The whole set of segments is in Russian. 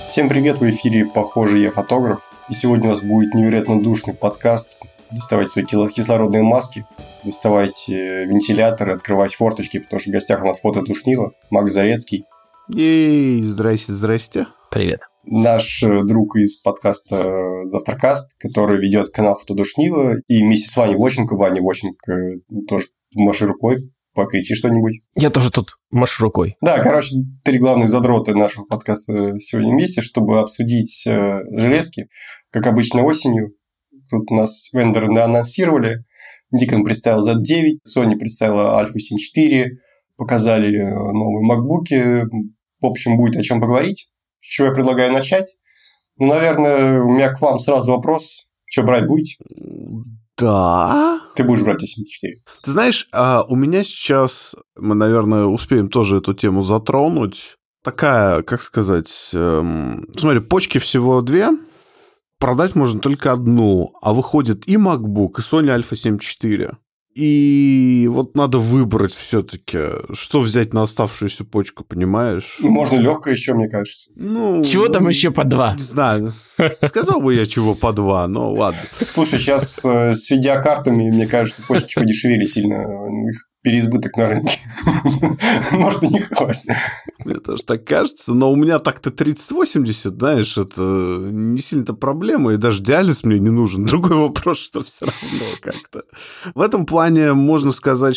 Всем привет, в эфире «Похоже, я фотограф». И сегодня у нас будет невероятно душный подкаст. Доставайте свои кислородные маски, доставайте вентиляторы, открывайте форточки, потому что в гостях у нас фотодушнило Макс Зарецкий. Ей, здрасте. Привет. Наш друг из подкаста «Завтракаст», который ведет канал «Фотодушнило», и миссис Ваня Воченко. Ваня Воченко тоже маши рукой. Покричи что-нибудь. Я тоже тут машу рукой. Да, короче, 3 главных задрота нашего подкаста сегодня вместе, чтобы обсудить железки. Как обычно, осенью. Тут нас вендоры анонсировали. Nikon представил Z9, Sony представила Alpha 7 IV, показали новые макбуки. В общем, будет о чем поговорить. С чего я предлагаю начать? Ну, наверное, у меня к вам сразу вопрос. Что, брать будете? Да. Ты будешь брать A7 IV. Ты знаешь, у меня сейчас, мы, наверное, успеем тоже эту тему затронуть. Такая, как сказать, смотри, почки всего 2, продать можно только одну, а выходит и MacBook, и Sony Alpha 7 IV. И вот надо выбрать все-таки, что взять на оставшуюся почку, понимаешь? Ну, можно легкое еще, мне кажется. Чего там еще по 2? Не знаю. Сказал бы я, чего по 2, но ладно. Слушай, сейчас с видеокартами, мне кажется, почки подешевели сильно. Их переизбыток на рынке. Может, и не хватит. Мне тоже так кажется, но у меня так-то 3080, знаешь, это не сильно-то проблема, и даже диализ мне не нужен. Другой вопрос, что все равно как-то. В этом плане можно сказать,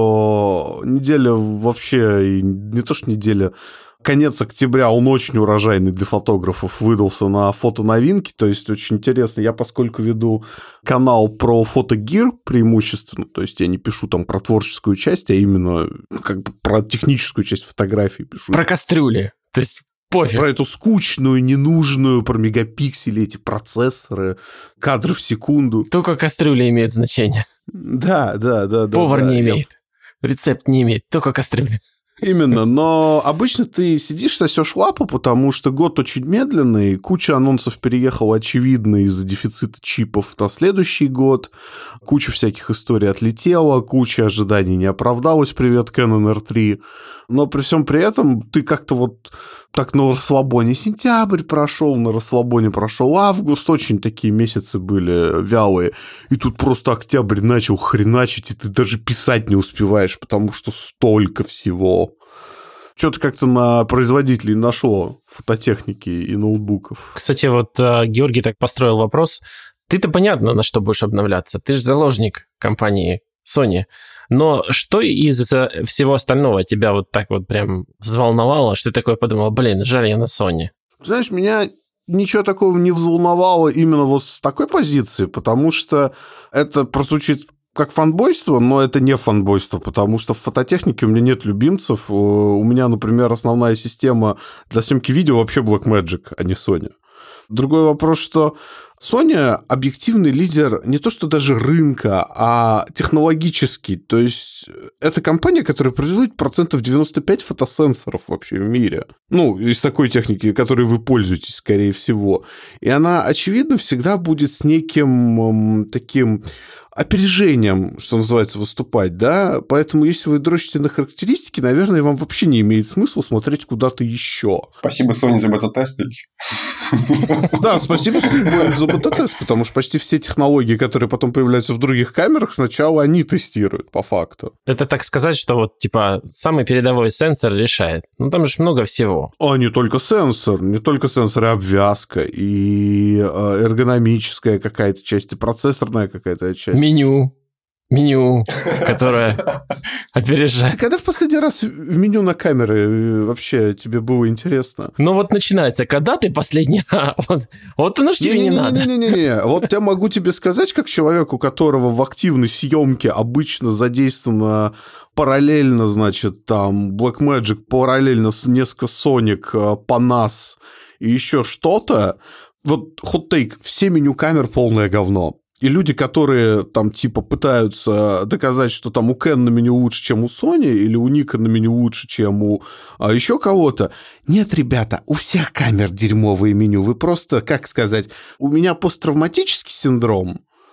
что неделя вообще, не то что неделя, конец октября, он очень урожайный для фотографов выдался на фотоновинки, то есть очень интересно. Я, поскольку веду канал про фотогир преимущественно, то есть я не пишу там про творческую часть, а именно как бы про техническую часть фотографии пишу. Про кастрюли, то есть пофиг. Про эту скучную, ненужную, про мегапиксели, эти процессоры, кадры в секунду. Только кастрюля имеет значение. Да. Повар не имеет. Рецепт не имеет, только кастрюля. Именно, но обычно ты сидишь, сосешь лапу, потому что год очень медленный, куча анонсов переехала, очевидно, из-за дефицита чипов на следующий год, куча всяких историй отлетела, куча ожиданий не оправдалась, привет, Canon R3, но при всем при этом ты как-то вот так на расслабоне сентябрь прошел, на расслабоне прошел август, очень такие месяцы были вялые, и тут просто октябрь начал хреначить, и ты даже писать не успеваешь, потому что столько всего. Что-то как-то на производителей нашло фототехники и ноутбуков. Кстати, вот Георгий так построил вопрос. Ты-то понятно, на что будешь обновляться. Ты же заложник компании Sony. Но что из всего остального тебя вот так вот прям взволновало, что ты такое подумал, блин, жаль, я на Sony? Знаешь, меня ничего такого не взволновало именно вот с такой позиции, потому что это прозвучит как фанбойство, но это не фанбойство, потому что в фототехнике у меня нет любимцев. У меня, например, основная система для съемки видео вообще Blackmagic, а не Sony. Другой вопрос, что Sony объективный лидер не то что даже рынка, а технологический. То есть это компания, которая производит 95% фотосенсоров вообще в мире. Ну, из такой техники, которой вы пользуетесь, скорее всего. И она, очевидно, всегда будет с неким таким опережением, что называется, выступать, да? Поэтому, если вы дрочите на характеристики, наверное, вам вообще не имеет смысла смотреть куда-то еще. Спасибо, Sony, за бета-тест, Ильич. Да, спасибо за бета-тест, потому что почти все технологии, которые потом появляются в других камерах, сначала они тестируют, по факту. Это так сказать, что вот, типа, самый передовой сенсор решает. Ну, там же много всего. А не только сенсор, и обвязка, и эргономическая какая-то часть, и процессорная какая-то часть. Меню, которое опережает. Когда в последний раз в меню на камеры вообще тебе было интересно? Ну вот начинается, когда ты последний... Вот оно ж тебе не надо. Не-не-не, вот я могу тебе сказать, как человек, у которого в активной съемке обычно задействовано параллельно, значит, там Blackmagic, параллельно несколько Sonic, Panas и еще что-то. Вот hot take, все меню камер полное говно. И люди, которые там типа пытаются доказать, что там у Canon на меню лучше, чем у Sony, или у Nikon на меню лучше, чем у еще кого-то. Нет, ребята, у всех камер дерьмовые меню. Вы просто, как сказать, у меня посттравматический синдром.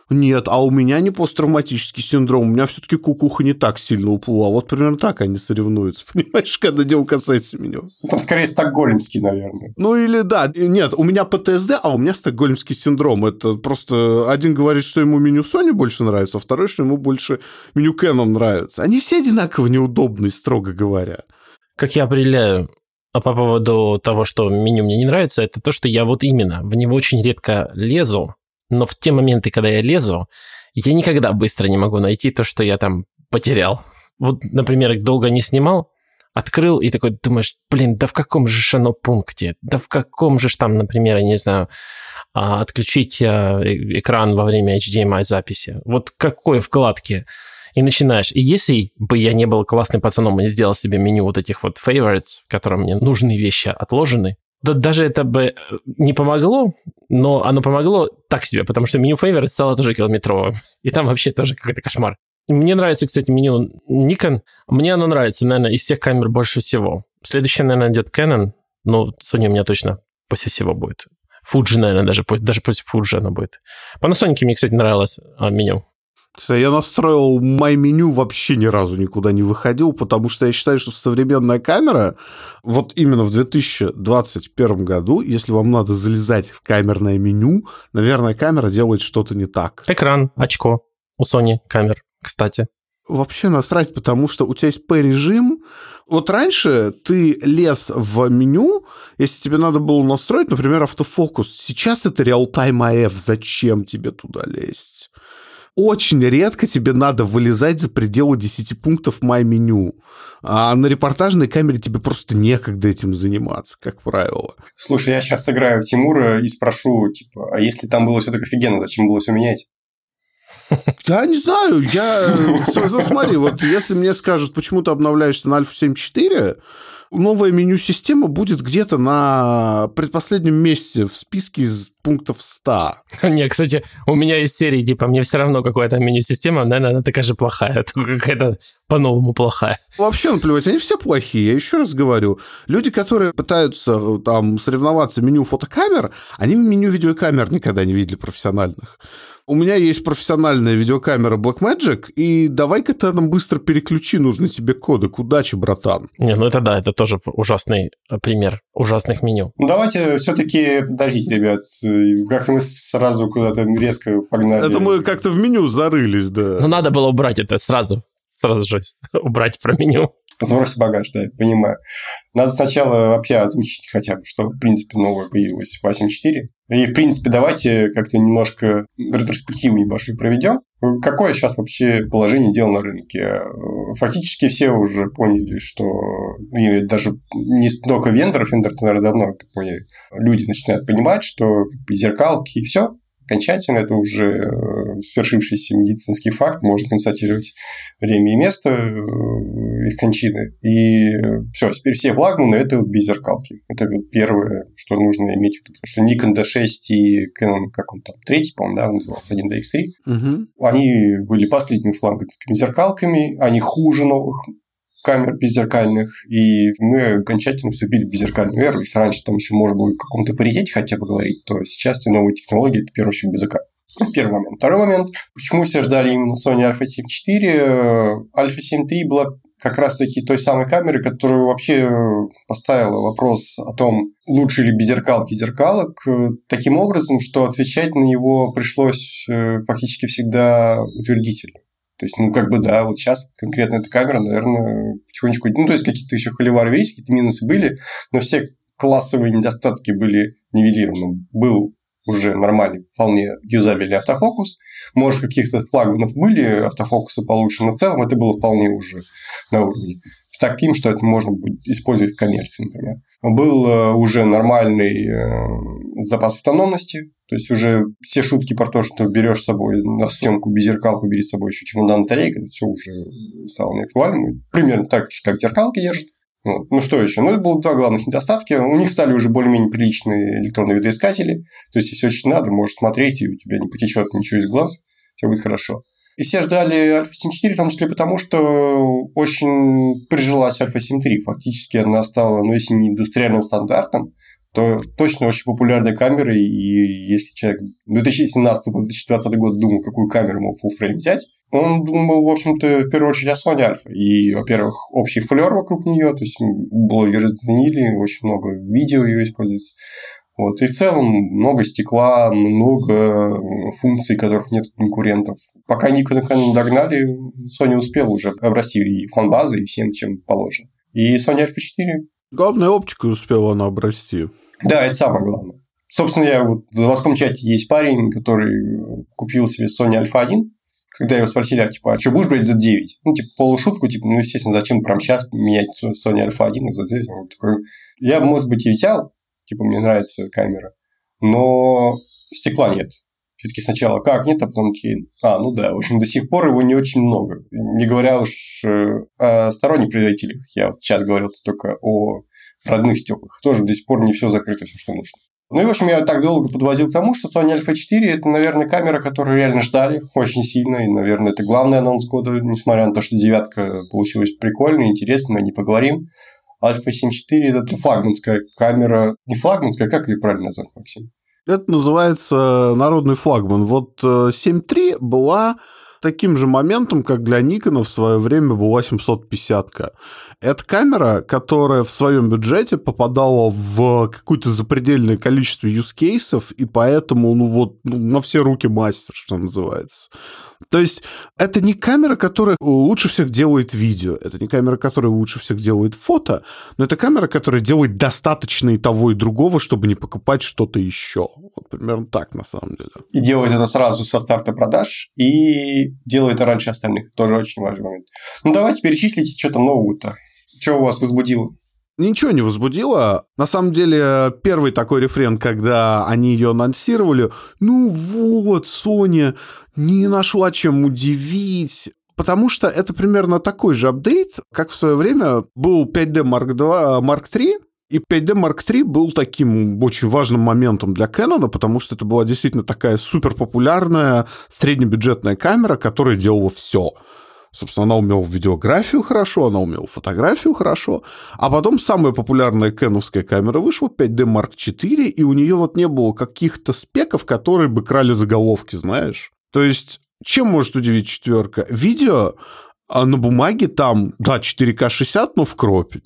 Нет, а у меня не посттравматический синдром, у меня все-таки кукуха не так сильно уплыла. Вот примерно так они соревнуются, понимаешь, когда дело касается меню. Там скорее стокгольмский, наверное. Ну или да, нет, у меня ПТСД, а у меня стокгольмский синдром. Это просто один говорит, что ему меню Sony больше нравится, а второй, что ему больше меню Canon нравится. Они все одинаково неудобные, строго говоря. Как я определяю по поводу того, что меню мне не нравится, это то, что я вот именно в него очень редко лезу, но в те моменты, когда я лезу, я никогда быстро не могу найти то, что я там потерял. Вот, например, долго не снимал, открыл и такой думаешь, блин, да в каком же оно пункте? Да в каком же там, например, я не знаю, отключить экран во время HDMI-записи? Вот какой вкладке? И начинаешь. И если бы я не был классным пацаном и не сделал себе меню вот этих вот favorites, в котором мне нужные вещи отложены, да даже это бы не помогло, но оно помогло так себе, потому что меню favorites стало тоже километровым. И там вообще тоже какой-то кошмар. Мне нравится, кстати, меню Nikon. Мне оно нравится, наверное, из всех камер больше всего. Следующее, наверное, идет Canon. Но Sony у меня точно после всего будет. Fuji, наверное, даже после Fuji оно будет. Panasonic мне, кстати, нравилось меню. Я настроил My-меню, вообще ни разу никуда не выходил, потому что я считаю, что современная камера, вот именно в 2021 году, если вам надо залезать в камерное меню, наверное, камера делает что-то не так. Экран, очко у Sony камер, кстати. Вообще насрать, потому что у тебя есть P-режим. Вот раньше ты лез в меню, если тебе надо было настроить, например, автофокус. Сейчас это Real-Time AF. Зачем тебе туда лезть? Очень редко тебе надо вылезать за пределы 10 пунктов My-меню. А на репортажной камере тебе просто некогда этим заниматься, как правило. Слушай, я сейчас сыграю в Тимура и спрошу, типа, а если там было все так офигенно, зачем было все менять? Я не знаю, смотри, вот если мне скажут, почему ты обновляешься на Альфа 7.4, новая меню-система будет где-то на предпоследнем месте в списке из пунктов 100. Не, кстати, у меня есть серии, типа, мне все равно какая-то меню-система, наверное, она такая же плохая, только какая-то по-новому плохая. Вообще наплевать, они все плохие, я еще раз говорю. Люди, которые пытаются там соревноваться в меню фотокамер, они меню видеокамер никогда не видели профессиональных. У меня есть профессиональная видеокамера Blackmagic, и давай-ка ты нам быстро переключи, нужны тебе кодек. Удачи, братан. Не, ну это да, это тоже ужасный пример ужасных меню. Ну, давайте все-таки подождите, ребят. Как-то мы сразу куда-то резко погнали. Это мы как-то в меню зарылись, да. Ну, надо было убрать это сразу же убрать про меню. Сбрось багаж, да, понимаю. Надо сначала вообще озвучить хотя бы, что, в принципе, новое появилось в 8.4. И, в принципе, давайте как-то немножко ретроспективу небольшую проведем. Какое сейчас вообще положение дел на рынке? Фактически все уже поняли, что и даже не столько вендоров наверное, давно это поняли. Люди начинают понимать, что зеркалки и все. Окончательно это уже свершившийся медицинский факт, можно констатировать время и место их кончины. И все, теперь все флагманы – это без зеркалки. Это первое, что нужно иметь в виду. Потому что Nikon D6 и Canon, как он там, третий, по-моему, да, он назывался 1DX3, они были последними флагманскими зеркалками, они хуже новых камер беззеркальных, и мы окончательно вступили в беззеркальную эру. Если раньше там еще можно было о каком-то паритете хотя бы говорить, то сейчас все новые технологии – это, в первую очередь, БЗК. Первый момент. Второй момент. Почему все ждали именно Sony Alpha 7.4? Alpha 7.3 была как раз-таки той самой камерой, которая вообще поставила вопрос о том, лучше ли беззеркалки зеркалок, таким образом, что отвечать на него пришлось фактически всегда утвердительно. То есть, да, вот сейчас конкретно эта камера, наверное, потихонечку... то есть, какие-то еще холивары есть, какие-то минусы были, но все классовые недостатки были нивелированы. Был уже нормальный, вполне юзабельный автофокус. Может, каких-то флагманов были автофокусы получше, но в целом это было вполне уже на уровне. Таким, что это можно будет использовать в коммерции, например. Был уже нормальный запас автономности, то есть уже все шутки про то, что берешь с собой на съемку беззеркалку, бери с собой еще чемодан, батарейка, это все уже стало неактуальным. Примерно так же, как зеркалки держат. Вот. Ну, что еще? Это было два главных недостатка. У них стали уже более-менее приличные электронные видоискатели. То есть, если очень надо, можешь смотреть, и у тебя не потечет ничего из глаз, все будет хорошо. И все ждали Alpha 7.4, в том числе потому, что очень прижилась Alpha 7.3. Фактически она стала, если не индустриальным стандартом, то точно очень популярная камера, и если человек 2017-2020 год думал, какую камеру ему full frame взять, он думал, в общем-то, в первую очередь о Sony Alpha. И, во-первых, общий флер вокруг нее, то есть блогеры заценили, очень много видео ее используется. Вот. И в целом много стекла, много функций, которых нет у конкурентов. Пока Nikon не догнали, Sony успела уже обрасти и фан-базой, и всем, чем положено. И Sony Alpha 4... Главное, оптикой успела она обрасти. Да, это самое главное. Собственно, в заводском чате есть парень, который купил себе Sony Alpha 1. Когда его спросили, а что, будешь брать Z9? Полушутку, естественно, зачем прямо сейчас менять Sony Alpha 1 на Z9? Он такой, я, может быть, и взял, мне нравится камера, но стекла нет. Все-таки сначала как нет, а потом такие, ну да, в общем, до сих пор его не очень много. Не говоря уж о сторонних производителях, я сейчас говорил только о родных стеклах. Тоже до сих пор не все закрыто, все, что нужно. Ну и, в общем, я так долго подводил к тому, что Sony Alpha 4 – это, наверное, камера, которую реально ждали очень сильно. И, наверное, это главный анонс года, несмотря на то, что девятка получилась прикольной, интересной, мы не поговорим. Alpha 7 IV – это флагманская камера. Не флагманская, как ее правильно назвать, Максим? Это называется народный флагман. Вот 7 III была таким же моментом, как для Никона в свое время была 750-ка. Это камера, которая в своем бюджете попадала в какое-то запредельное количество юзкейсов, и поэтому, на все руки мастер, что называется. То есть, это не камера, которая лучше всех делает видео, это не камера, которая лучше всех делает фото, но это камера, которая делает достаточно и того, и другого, чтобы не покупать что-то еще. Вот примерно так, на самом деле. И делает это сразу со старта продаж, и делает это раньше остальных. Тоже очень важный момент. Давайте перечислите, что там нового-то. Что у вас возбудило? Ничего не возбудило. На самом деле, первый такой рефрен, когда они ее анонсировали, Sony не нашла чем удивить. Потому что это примерно такой же апдейт, как в свое время был 5D Mark III, и 5D Mark III был таким очень важным моментом для Canon, потому что это была действительно такая суперпопулярная среднебюджетная камера, которая делала все. Собственно, она умела видеографию хорошо, она умела фотографию хорошо. А потом самая популярная кэновская камера вышла, 5D Mark IV, и у нее не было каких-то спеков, которые бы крали заголовки, знаешь. То есть, чем может удивить четверка? Видео на бумаге там, 4К 60, но в кропе,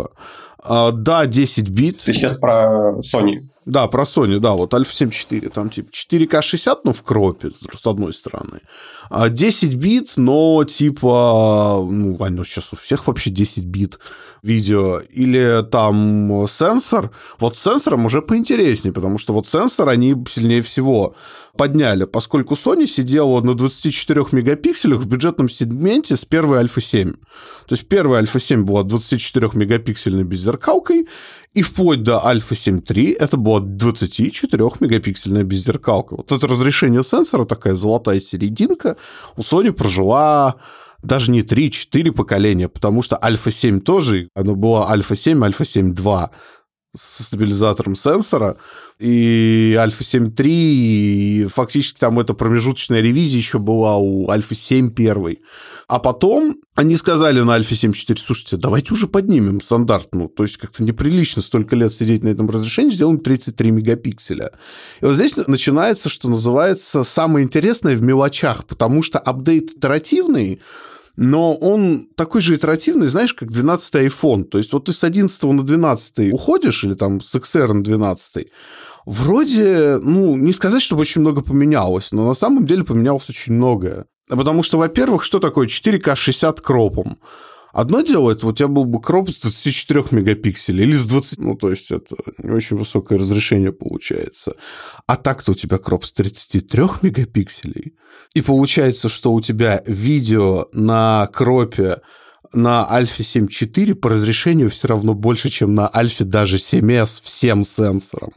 10 бит. Ты сейчас про Sony. Да, про Sony, Alpha 7 IV, там 4К 60, но в кропе, с одной стороны. 10 бит, но сейчас у всех вообще 10 бит видео. Или там сенсор. Вот с сенсором уже поинтереснее, потому что сенсор они сильнее всего подняли, поскольку Sony сидела на 24 мегапикселях в бюджетном сегменте с первой Alpha 7. То есть первая Alpha 7 была 24-мегапиксельной беззеркалкой, и вплоть до Alpha 7 III это была 24-мегапиксельная беззеркалка. Вот это разрешение сенсора, такая золотая серединка, у Sony прожила даже не 3-4 поколения, потому что Alpha 7 тоже, она была Alpha 7, Alpha 7 II с стабилизатором сенсора, и Alpha 7 III, и фактически там эта промежуточная ревизия еще была у Alpha 7 первой. А потом они сказали на Alpha 7 IV, слушайте, давайте уже поднимем стандарт, то есть как-то неприлично столько лет сидеть на этом разрешении, сделаем 33 мегапикселя. И вот здесь начинается, что называется, самое интересное в мелочах, потому что апдейт итеративный, но он такой же итеративный, знаешь, как 12-й iPhone. То есть, ты с 11 на 12 уходишь, или там с XR на 12, вроде, не сказать, чтобы очень много поменялось, но на самом деле поменялось очень многое. Потому что, во-первых, что такое 4К 60 кропом? Одно дело, это у тебя был бы кроп с 24 мегапикселей или с 20, то есть это не очень высокое разрешение получается. А так-то у тебя кроп с 33 мегапикселей. И получается, что у тебя видео на кропе на Alpha 7 IV по разрешению все равно больше, чем на Alpha даже 7S всем сенсором.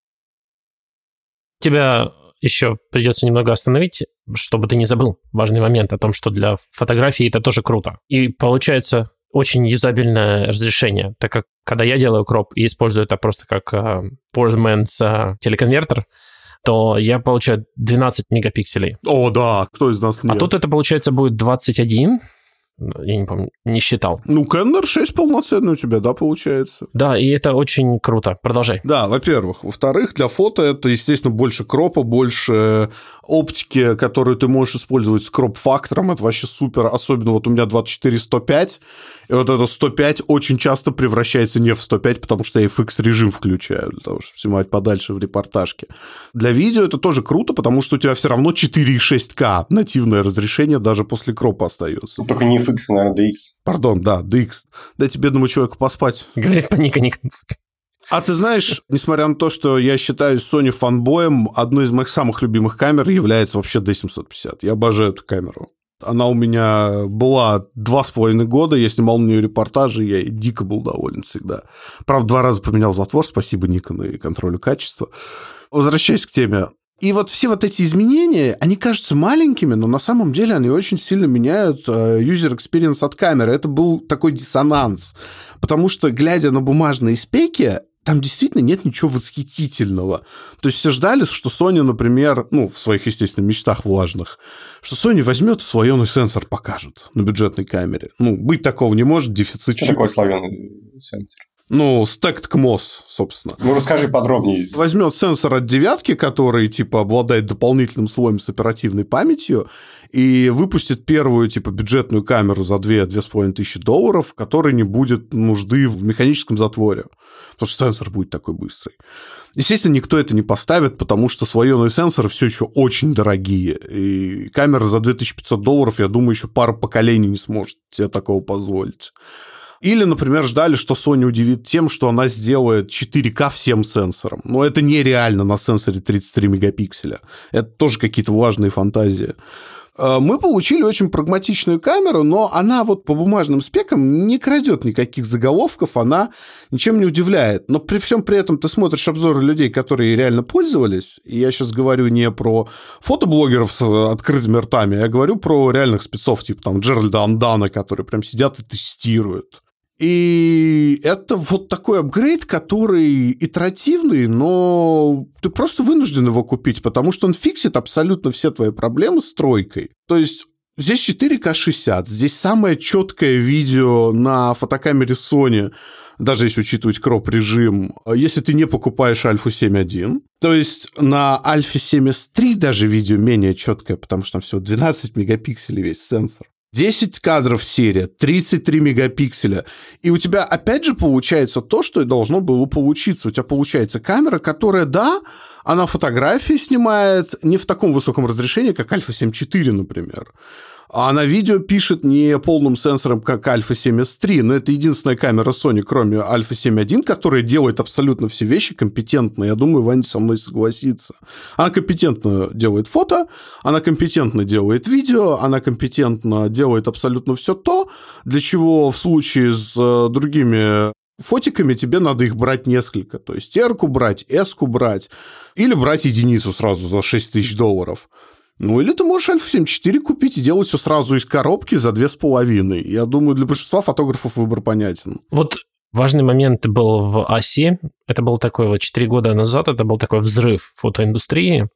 Тебя еще придется немного остановить, чтобы ты не забыл важный момент о том, что для фотографии это тоже круто. И получается очень юзабельное разрешение, так как когда я делаю кроп и использую это просто как Postman's телеконвертер, то я получаю 12 мегапикселей. О, да, кто из нас нет? А тут это, получается, будет 21, Я не помню, не считал. Ken R6 полноценный у тебя, да, получается? Да, и это очень круто. Продолжай. Да, во-первых. Во-вторых, для фото это, естественно, больше кропа, больше оптики, которую ты можешь использовать с кроп-фактором. Это вообще супер. Особенно вот у меня 24-105, и вот это 105 очень часто превращается не в 105, потому что я FX-режим включаю для того, чтобы снимать подальше в репортажке. Для видео это тоже круто, потому что у тебя все равно 4,6К нативное разрешение даже после кропа остается. Только не FX, а, наверное, DX. Пардон, да, DX. Дайте бедному человеку поспать. Говорит по-никонски. А ты знаешь, несмотря на то, что я считаюсь Sony фанбоем, одной из моих самых любимых камер является вообще D750. Я обожаю эту камеру. Она у меня была 2,5 года, я снимал на нее репортажи, я дико был доволен всегда. Правда, 2 раза поменял затвор, спасибо Nikon и контролю качества. Возвращаясь к теме. И вот все вот эти изменения, они кажутся маленькими, но на самом деле они очень сильно меняют user experience от камеры. Это был такой диссонанс, потому что, глядя на бумажные спеки, там действительно нет ничего восхитительного. То есть все ждали, что Sony, например, в своих, естественно, мечтах влажных, что Sony возьмет и слоеный сенсор покажет на бюджетной камере. Быть такого не может, дефицит чипа. Что такое слоеный сенсор? Stacked CMOS, собственно. Расскажи подробнее. Возьмет сенсор от девятки, который, обладает дополнительным слоем с оперативной памятью, и выпустит первую, бюджетную камеру за $2,500, в которой не будет нужды в механическом затворе, потому что сенсор будет такой быстрый. Естественно, никто это не поставит, потому что слоеные сенсоры все еще очень дорогие, и камера за $2,500, я думаю, еще пару поколений не сможет себе такого позволить. Или, например, ждали, что Sony удивит тем, что она сделает 4К всем сенсорам. Но это нереально на сенсоре 33 мегапикселя. Это тоже какие-то влажные фантазии. Мы получили очень прагматичную камеру, но она по бумажным спекам не крадет никаких заголовков, она ничем не удивляет. Но при всем при этом ты смотришь обзоры людей, которые реально пользовались, и я сейчас говорю не про фотоблогеров с открытыми ртами, я говорю про реальных спецов, типа Джеральда Андана, которые прям сидят и тестируют. И это такой апгрейд, который итеративный, но ты просто вынужден его купить, потому что он фиксит абсолютно все твои проблемы с тройкой. То есть здесь 4К 60, здесь самое четкое видео на фотокамере Sony, даже если учитывать кроп-режим, если ты не покупаешь Alpha 7.1. То есть на Alpha 7S3 даже видео менее четкое, потому что там всего 12 мегапикселей весь сенсор. 10 кадров серия, 33 мегапикселя. И у тебя опять же получается то, что и должно было получиться. У тебя получается камера, которая, да, она фотографии снимает не в таком высоком разрешении, как Alpha 7.4, например. А на видео пишет не полным сенсором, как Alpha 7S3, но это единственная камера Sony, кроме Alpha 7.1, которая делает абсолютно все вещи компетентно. Я думаю, Ваня со мной согласится. Она компетентно делает фото, она компетентно делает видео, она компетентно делает абсолютно все то, для чего в случае с другими фотиками тебе надо их брать несколько. То есть R-ку брать, S-ку брать, или брать единицу сразу за $6,000. Или ты можешь Alpha 7.4 купить и делать все сразу из коробки за 2,5. Я думаю, для большинства фотографов выбор понятен. Важный момент был в оси. Это был такой 4 года назад, это был такой взрыв фотоиндустрии,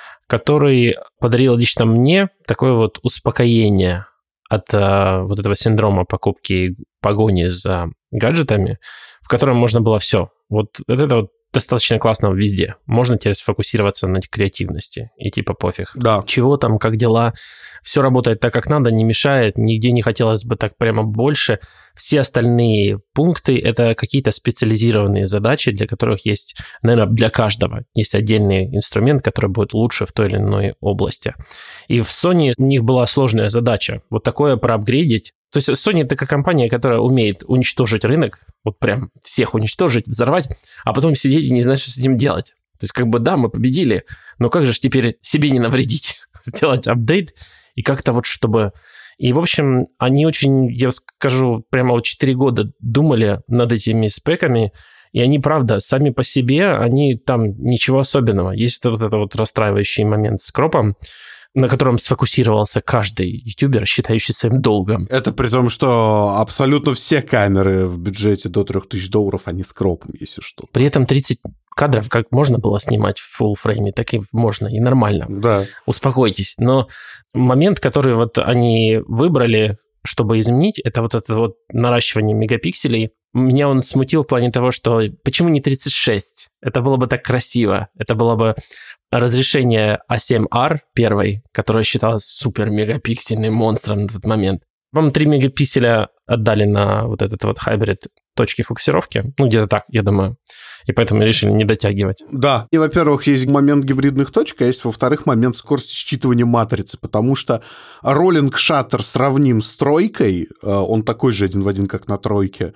который подарил лично мне такое успокоение от этого синдрома покупки, погони за гаджетами, в котором можно было все. Это достаточно классно везде. Можно теперь сфокусироваться на креативности и пофиг. Да. Чего там, как дела. Все работает так, как надо, не мешает. Нигде не хотелось бы так прямо больше. Все остальные пункты – это какие-то специализированные задачи, для которых есть, наверное, для каждого есть отдельный инструмент, который будет лучше в той или иной области. И в Sony у них была сложная задача. такое проапгрейдить. То есть Sony – это компания, которая умеет уничтожить рынок, прям всех уничтожить, взорвать, а потом сидеть и не знать, что с этим делать. То есть да, мы победили, но как же теперь себе не навредить? Сделать апдейт и как-то чтобы... И, в общем, они очень, я скажу, прямо 4 года думали над этими спеками, и они, правда, сами по себе, они там ничего особенного. Есть этот расстраивающий момент с кропом, на котором сфокусировался каждый ютубер, считающий своим долгом. Это при том, что абсолютно все камеры в бюджете до $3,000, они с кропом, если что. При этом 30 кадров как можно было снимать в full фрейме, так и можно, и нормально. Да. Успокойтесь. Но момент, который они выбрали, чтобы изменить, это вот это вот наращивание мегапикселей. Меня он смутил в плане того, что почему не 36? Это было бы так красиво. Это было бы разрешение A7R первой, которая считалась супер мегапиксельным монстром на тот момент. Вам 3 мегапикселя отдали на вот этот вот хайбрид точки фокусировки. Ну, где-то так, я думаю. И поэтому решили не дотягивать. Да. И, во-первых, есть момент гибридных точек, а есть, во-вторых, момент скорости считывания матрицы, потому что роллинг шаттер сравним с тройкой, он такой же один в один, как на тройке,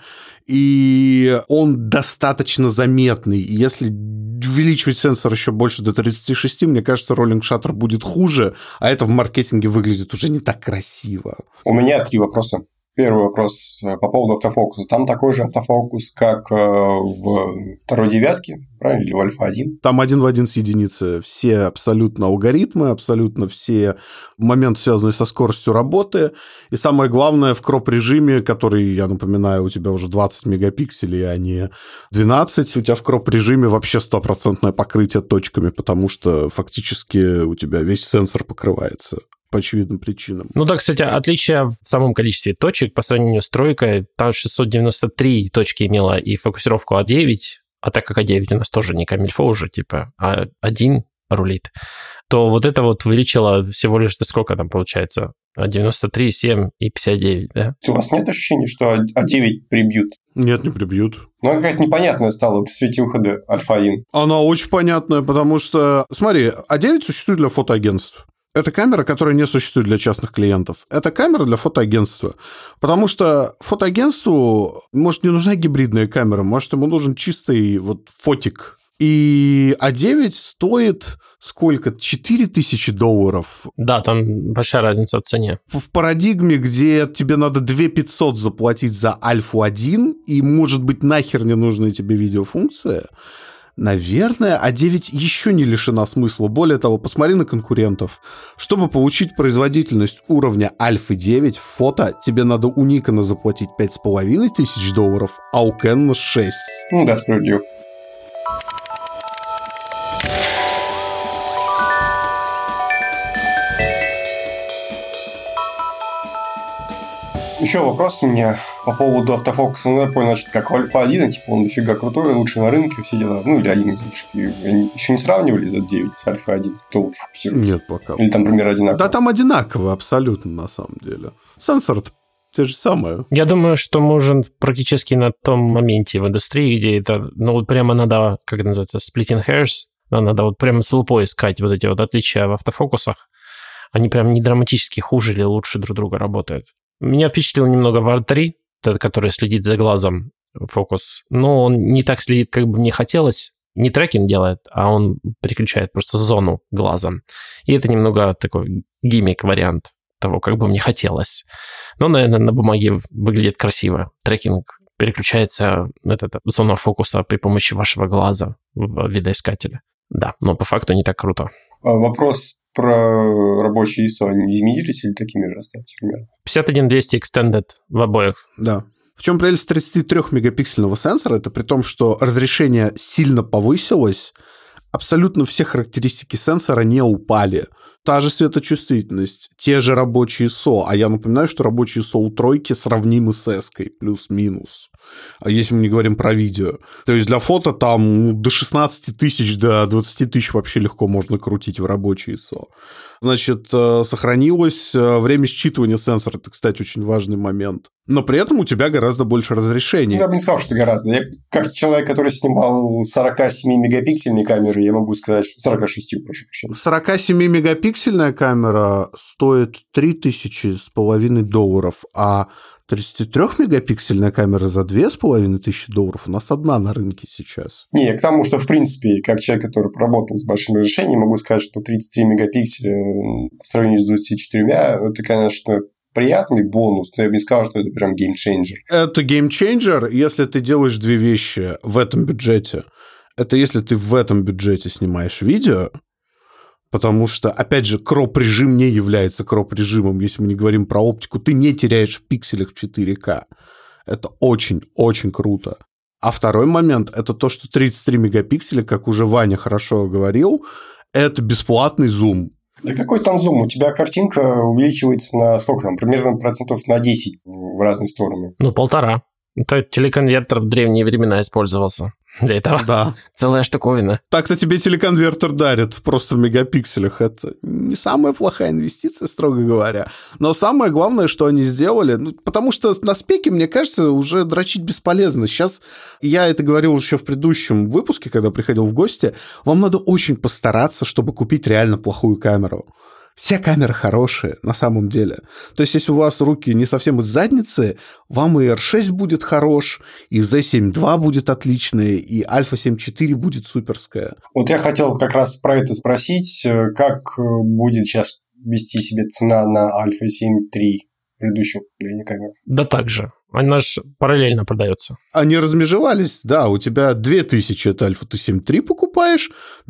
и он достаточно заметный. И если увеличивать сенсор еще больше до 36, мне кажется, роллинг шаттер будет хуже, а это в маркетинге выглядит уже не так красиво. У меня 3 вопроса. Первый вопрос по поводу автофокуса. Там такой же автофокус, как в второй девятке, правильно, или в Альфа-1? Там один в один с единицы. Все абсолютно алгоритмы, абсолютно все моменты, связанные со скоростью работы. И самое главное, в кроп-режиме, который, я напоминаю, у тебя уже 20 мегапикселей, а не 12, у тебя в кроп-режиме вообще 100% покрытие точками, потому что фактически у тебя весь сенсор покрывается. По очевидным причинам. Ну да, кстати, отличие в самом количестве точек по сравнению с тройкой. Там 693 точки имела и фокусировку А9, а так как А9 у нас тоже не камильфо уже, типа, а 1 рулит, то вот это вот увеличило всего лишь до сколько там получается? 93, 7 и 59, да? У вас нет ощущения, что А9 прибьют? Нет, не прибьют. Ну, какая-то непонятная стала в свете выхода Альфа-1. Она очень понятная, потому что, смотри, А9 существует для фотоагентств. Это камера, которая не существует для частных клиентов. Это камера для фотоагентства. Потому что фотоагентству, может, не нужна гибридная камера, может, ему нужен чистый вот фотик. И А9 стоит сколько? $4000. Да, там большая разница в цене. В парадигме, где тебе надо 2500 заплатить за Альфу-1, и, может быть, нахер не нужна тебе видеофункция, наверное, А9 еще не лишена смысла. Более того, посмотри на конкурентов. Чтобы получить производительность уровня Альфы-9 в фото, тебе надо у Никона заплатить $5500, а у Canon 6. Ну да, справедливо. Еще вопрос у меня по поводу автофокуса. Ну, я понял, значит, как Альфа-1, типа, он дофига крутой, лучший на рынке, все дела. Ну, или один из лучших. И еще не сравнивали Z9 с Альфа-1? Кто лучше фокусируется? Нет пока. Или там, например, одинаково? Да, там одинаково, абсолютно, на самом деле. Сенсор те же самые. Я думаю, что мы уже практически на том моменте в индустрии, где это, ну, вот прямо надо, как это называется, splitting hairs, надо вот прямо с лупой искать вот эти вот отличия в автофокусах. Они прям не драматически хуже или лучше друг друга работают. Меня впечатлил немного Вар 3, тот, который следит за глазом, фокус. Но он не так следит, как бы мне хотелось. Не трекинг делает, а он переключает просто зону глазом. И это немного такой гиммик-вариант того, как бы мне хотелось. Но, наверное, на бумаге выглядит красиво. Трекинг переключается, зона фокуса при помощи вашего глаза в видоискателе. Да, но по факту не так круто. Вопрос про рабочие ISO, они изменились или такими же остались примерно? 51200 Extended в обоих. Да. В чем прелесть 33-мегапиксельного сенсора? Это при том, что разрешение сильно повысилось, абсолютно все характеристики сенсора не упали. Та же светочувствительность, те же рабочие ISO. А я напоминаю, что рабочие ISO у тройки сравнимы с S-кой, плюс-минус. А если мы не говорим про видео. То есть для фото там до 16 тысяч, до 20 тысяч вообще легко можно крутить в рабочие ISO. Значит, сохранилось время считывания сенсора. Это, кстати, очень важный момент. Но при этом у тебя гораздо больше разрешения. Я бы не сказал, что гораздо. Я, как человек, который снимал 47-мегапиксельные камеры, я могу сказать, что 46, прошу прощения. 47-мегапиксельная камера стоит $3500, а 33-мегапиксельная камера за $2500 у нас одна на рынке сейчас. Не, к тому, что, в принципе, как человек, который работал с большим разрешением, могу сказать, что 33 мегапикселя по сравнению с 24, это, конечно, приятный бонус, но я бы не сказал, что это прям геймчейнджер. Это геймчейнджер, если ты делаешь две вещи в этом бюджете. Это если ты в этом бюджете снимаешь видео, потому что, опять же, кроп-режим не является кроп-режимом, если мы не говорим про оптику, ты не теряешь в пикселях 4К. Это очень-очень круто. А второй момент – это то, что 33 мегапикселя, как уже Ваня хорошо говорил, это бесплатный зум. Да какой там зум? У тебя картинка увеличивается на сколько там? Примерно процентов на 10 в разные стороны. 1,5. Это телеконвертер в древние времена использовался. Для этого Да. целая штуковина. Так-то тебе телеконвертер дарят просто в мегапикселях. Это не самая плохая инвестиция, строго говоря. Но самое главное, что они сделали, потому что на спеке, мне кажется, уже дрочить бесполезно. Сейчас, я это говорил еще в предыдущем выпуске, когда приходил в гости, вам надо очень постараться, чтобы купить реально плохую камеру. Все камеры хорошие, на самом деле. То есть, если у вас руки не совсем из задницы, вам и R6 будет хорош, и Z7 II будет отличный, и Alpha 7 IV будет суперская. Вот я хотел как раз про это спросить, как будет сейчас вести себя цена на Alpha 7 III предыдущего поколения камер? Да так же. Она же параллельно продается. Они размежевались, да, у тебя 2000 это Alpha 7 III покупаешь,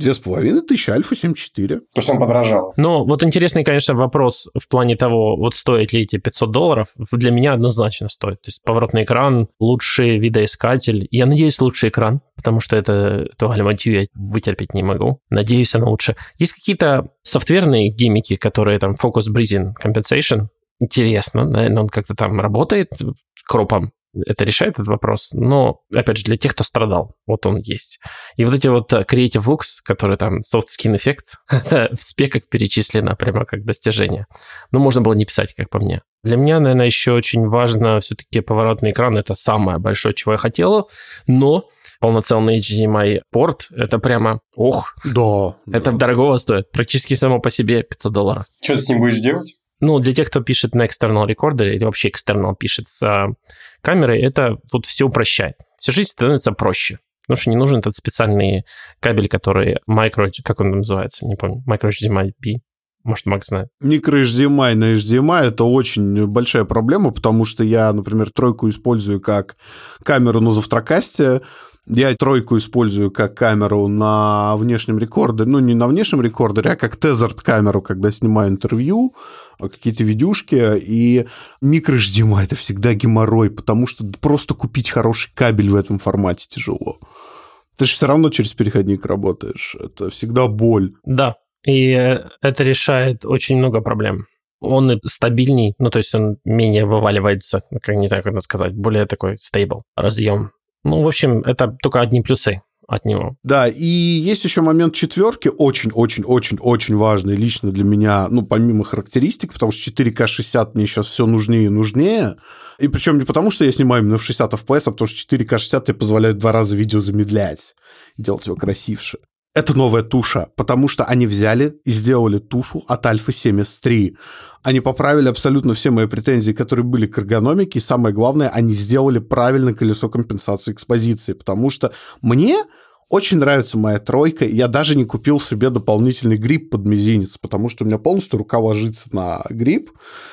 2500 Alpha 7 IV. То есть он подорожал. Но вот интересный, конечно, вопрос в плане того, вот стоит ли эти $500, для меня однозначно стоит. То есть поворотный экран, лучший видоискатель. Я надеюсь, лучший экран, потому что эту галиматью я вытерпеть не могу. Надеюсь, она лучше. Есть какие-то софтверные гиммики, которые там Focus Breathing Compensation. Интересно, наверное, он как-то там работает кропом. Это решает этот вопрос. Но, опять же, для тех, кто страдал, вот он есть. И вот эти вот Creative Lux, которые там Soft Skin Effect, это в спеках перечислено прямо как достижение. Но можно было не писать, как по мне. Для меня, наверное, еще очень важно все-таки поворотный экран. Это самое большое, чего я хотел. Но полноценный HDMI порт, это прямо, Да. Это дорого стоит. Практически само по себе $500. Что ты с ним будешь делать? Ну, для тех, кто пишет на external recorder или вообще external пишет с камерой, это вот все упрощает. Вся жизнь становится проще. Потому что не нужен этот специальный кабель, который как он называется, не помню, micro HDMI B. Может, Макс знает. Micro HDMI на HDMI – это очень большая проблема, потому что я, например, тройку использую как камеру на завтракасте, я тройку использую как камеру на внешнем рекордере, ну, не на внешнем рекордере, а как тезерд камеру, когда снимаю интервью, какие-то видюшки, и micro HDMI – это всегда геморрой, потому что просто купить хороший кабель в этом формате тяжело. Ты же все равно через переходник работаешь, это всегда боль. Да, и это решает очень много проблем. Он стабильней, ну, то есть он менее вываливается, как не знаю, как это сказать, более такой стейбл, разъем. Ну, в общем, это только одни плюсы от него. Да, и есть еще момент четверки, очень-очень-очень-очень важный лично для меня, ну, помимо характеристик, потому что 4К 60 мне сейчас все нужнее и нужнее, и причем не потому, что я снимаю именно в 60 FPS, а потому что 4К 60 тебе позволяет 2 раза видео замедлять, делать его красивше. Это новая туша, потому что они взяли и сделали тушу от Alpha 7 III. Они поправили абсолютно все мои претензии, которые были к эргономике, и самое главное, они сделали правильное колесо компенсации экспозиции, потому что мне очень нравится моя тройка, я даже не купил себе дополнительный грипп под мизинец, потому что у меня полностью рука ложится на грипп,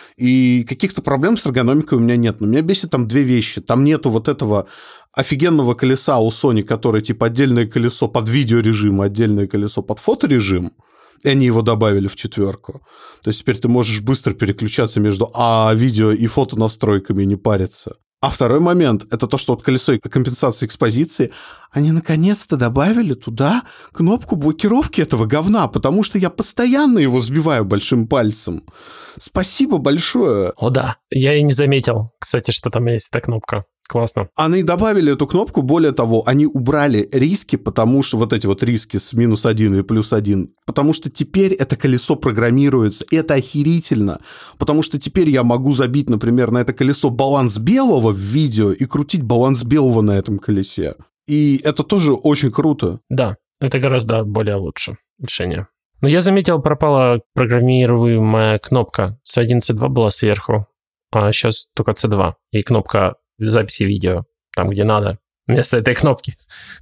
и каких-то проблем с эргономикой у меня нет. Но меня бесит там две вещи. Там нету вот этого офигенного колеса у Sony, которое типа отдельное колесо под видеорежим, отдельное колесо под фоторежим, и они его добавили в четверку. То есть теперь ты можешь быстро переключаться между видео и фото настройками и не париться. А второй момент – это то, что вот колесо компенсации экспозиции, они наконец-то добавили туда кнопку блокировки этого говна, потому что я постоянно его сбиваю большим пальцем. Спасибо большое. О да, я и не заметил, кстати, что там есть эта кнопка. Классно. Они добавили эту кнопку, более того, они убрали риски, потому что вот эти вот риски с -1 и +1, потому что теперь это колесо программируется, и это охерительно, потому что теперь я могу забить, например, на это колесо баланс белого в видео и крутить баланс белого на этом колесе. И это тоже очень круто. Да, это гораздо более лучше решение. Но я заметил, пропала программируемая кнопка. C1, C2 была сверху, а сейчас только C2. И кнопка для записи видео, там, где надо, вместо этой кнопки.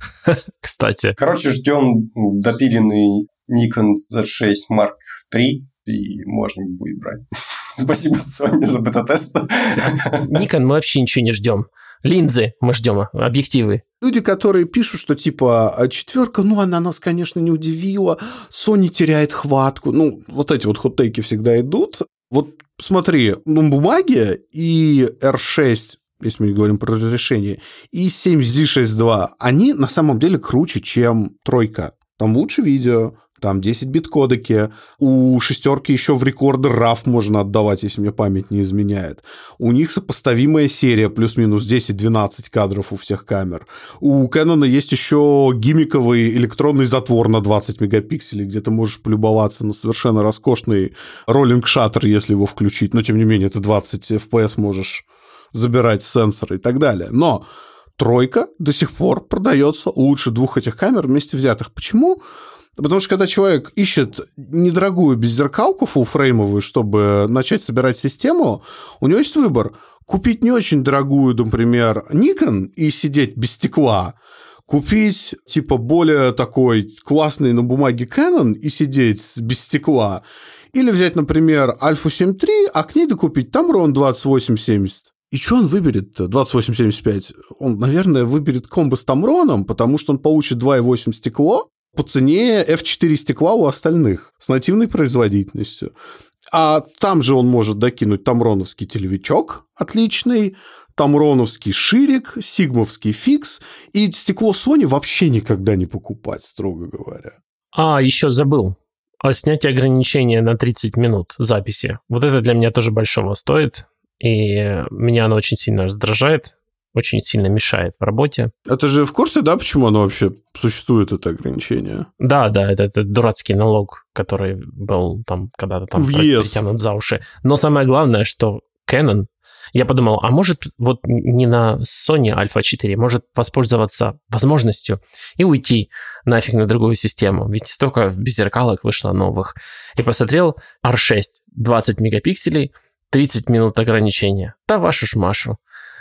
Кстати. Короче, ждем допиленный Nikon Z6 Mark III, и можно будет брать. Спасибо, Sony, за бета-тест. Nikon мы вообще ничего не ждем. Линзы мы ждем, объективы. Люди, которые пишут, что типа четверка, ну, она нас, конечно, не удивила, Sony теряет хватку. Ну, вот эти вот хот-тейки всегда идут. Вот смотри, ну, бумаги и R6, если мы говорим про разрешение, и 7Z6 II, они на самом деле круче, чем тройка. Там лучше видео, там 10-бит кодеки, у шестерки еще в рекордер RAW можно отдавать, если мне память не изменяет. У них сопоставимая серия, плюс-минус 10-12 кадров у всех камер. У Canon есть еще гиммиковый электронный затвор на 20 мегапикселей, где ты можешь полюбоваться на совершенно роскошный роллинг-шаттер, если его включить, но тем не менее ты 20 FPS можешь забирать с сенсора и так далее. Но тройка до сих пор продается лучше двух этих камер вместе взятых. Почему? Потому что когда человек ищет недорогую беззеркалку фуллфреймовую, чтобы начать собирать систему, у него есть выбор. Купить не очень дорогую, например, Nikon и сидеть без стекла, купить, типа, более такой классный на бумаге Canon и сидеть без стекла, или взять, например, Alpha 7 III, а к ней докупить Tamron 2870. И что он выберет-то? 2875. Он, наверное, выберет комбо с Tamron'ом, потому что он получит 2.8 стекло по цене F4 стекла у остальных с нативной производительностью. А там же он может докинуть тамроновский телевичок отличный, тамроновский ширик, сигмовский фикс, и стекло Sony вообще никогда не покупать, строго говоря. Еще забыл. Снятие ограничения на 30 минут записи. Вот это для меня тоже большого стоит, и меня оно очень сильно раздражает, очень сильно мешает в работе. Это же в курсе, да, почему оно вообще существует, это ограничение? Да, это дурацкий налог, который был там когда-то там притянут за уши. Но самое главное, что Canon, я подумал, а может вот не на Sony Alpha 4, может воспользоваться возможностью и уйти нафиг на другую систему, ведь столько беззеркалок вышло новых. И посмотрел R6, 20 мегапикселей, 30 минут ограничения. Да вашу ж Машу.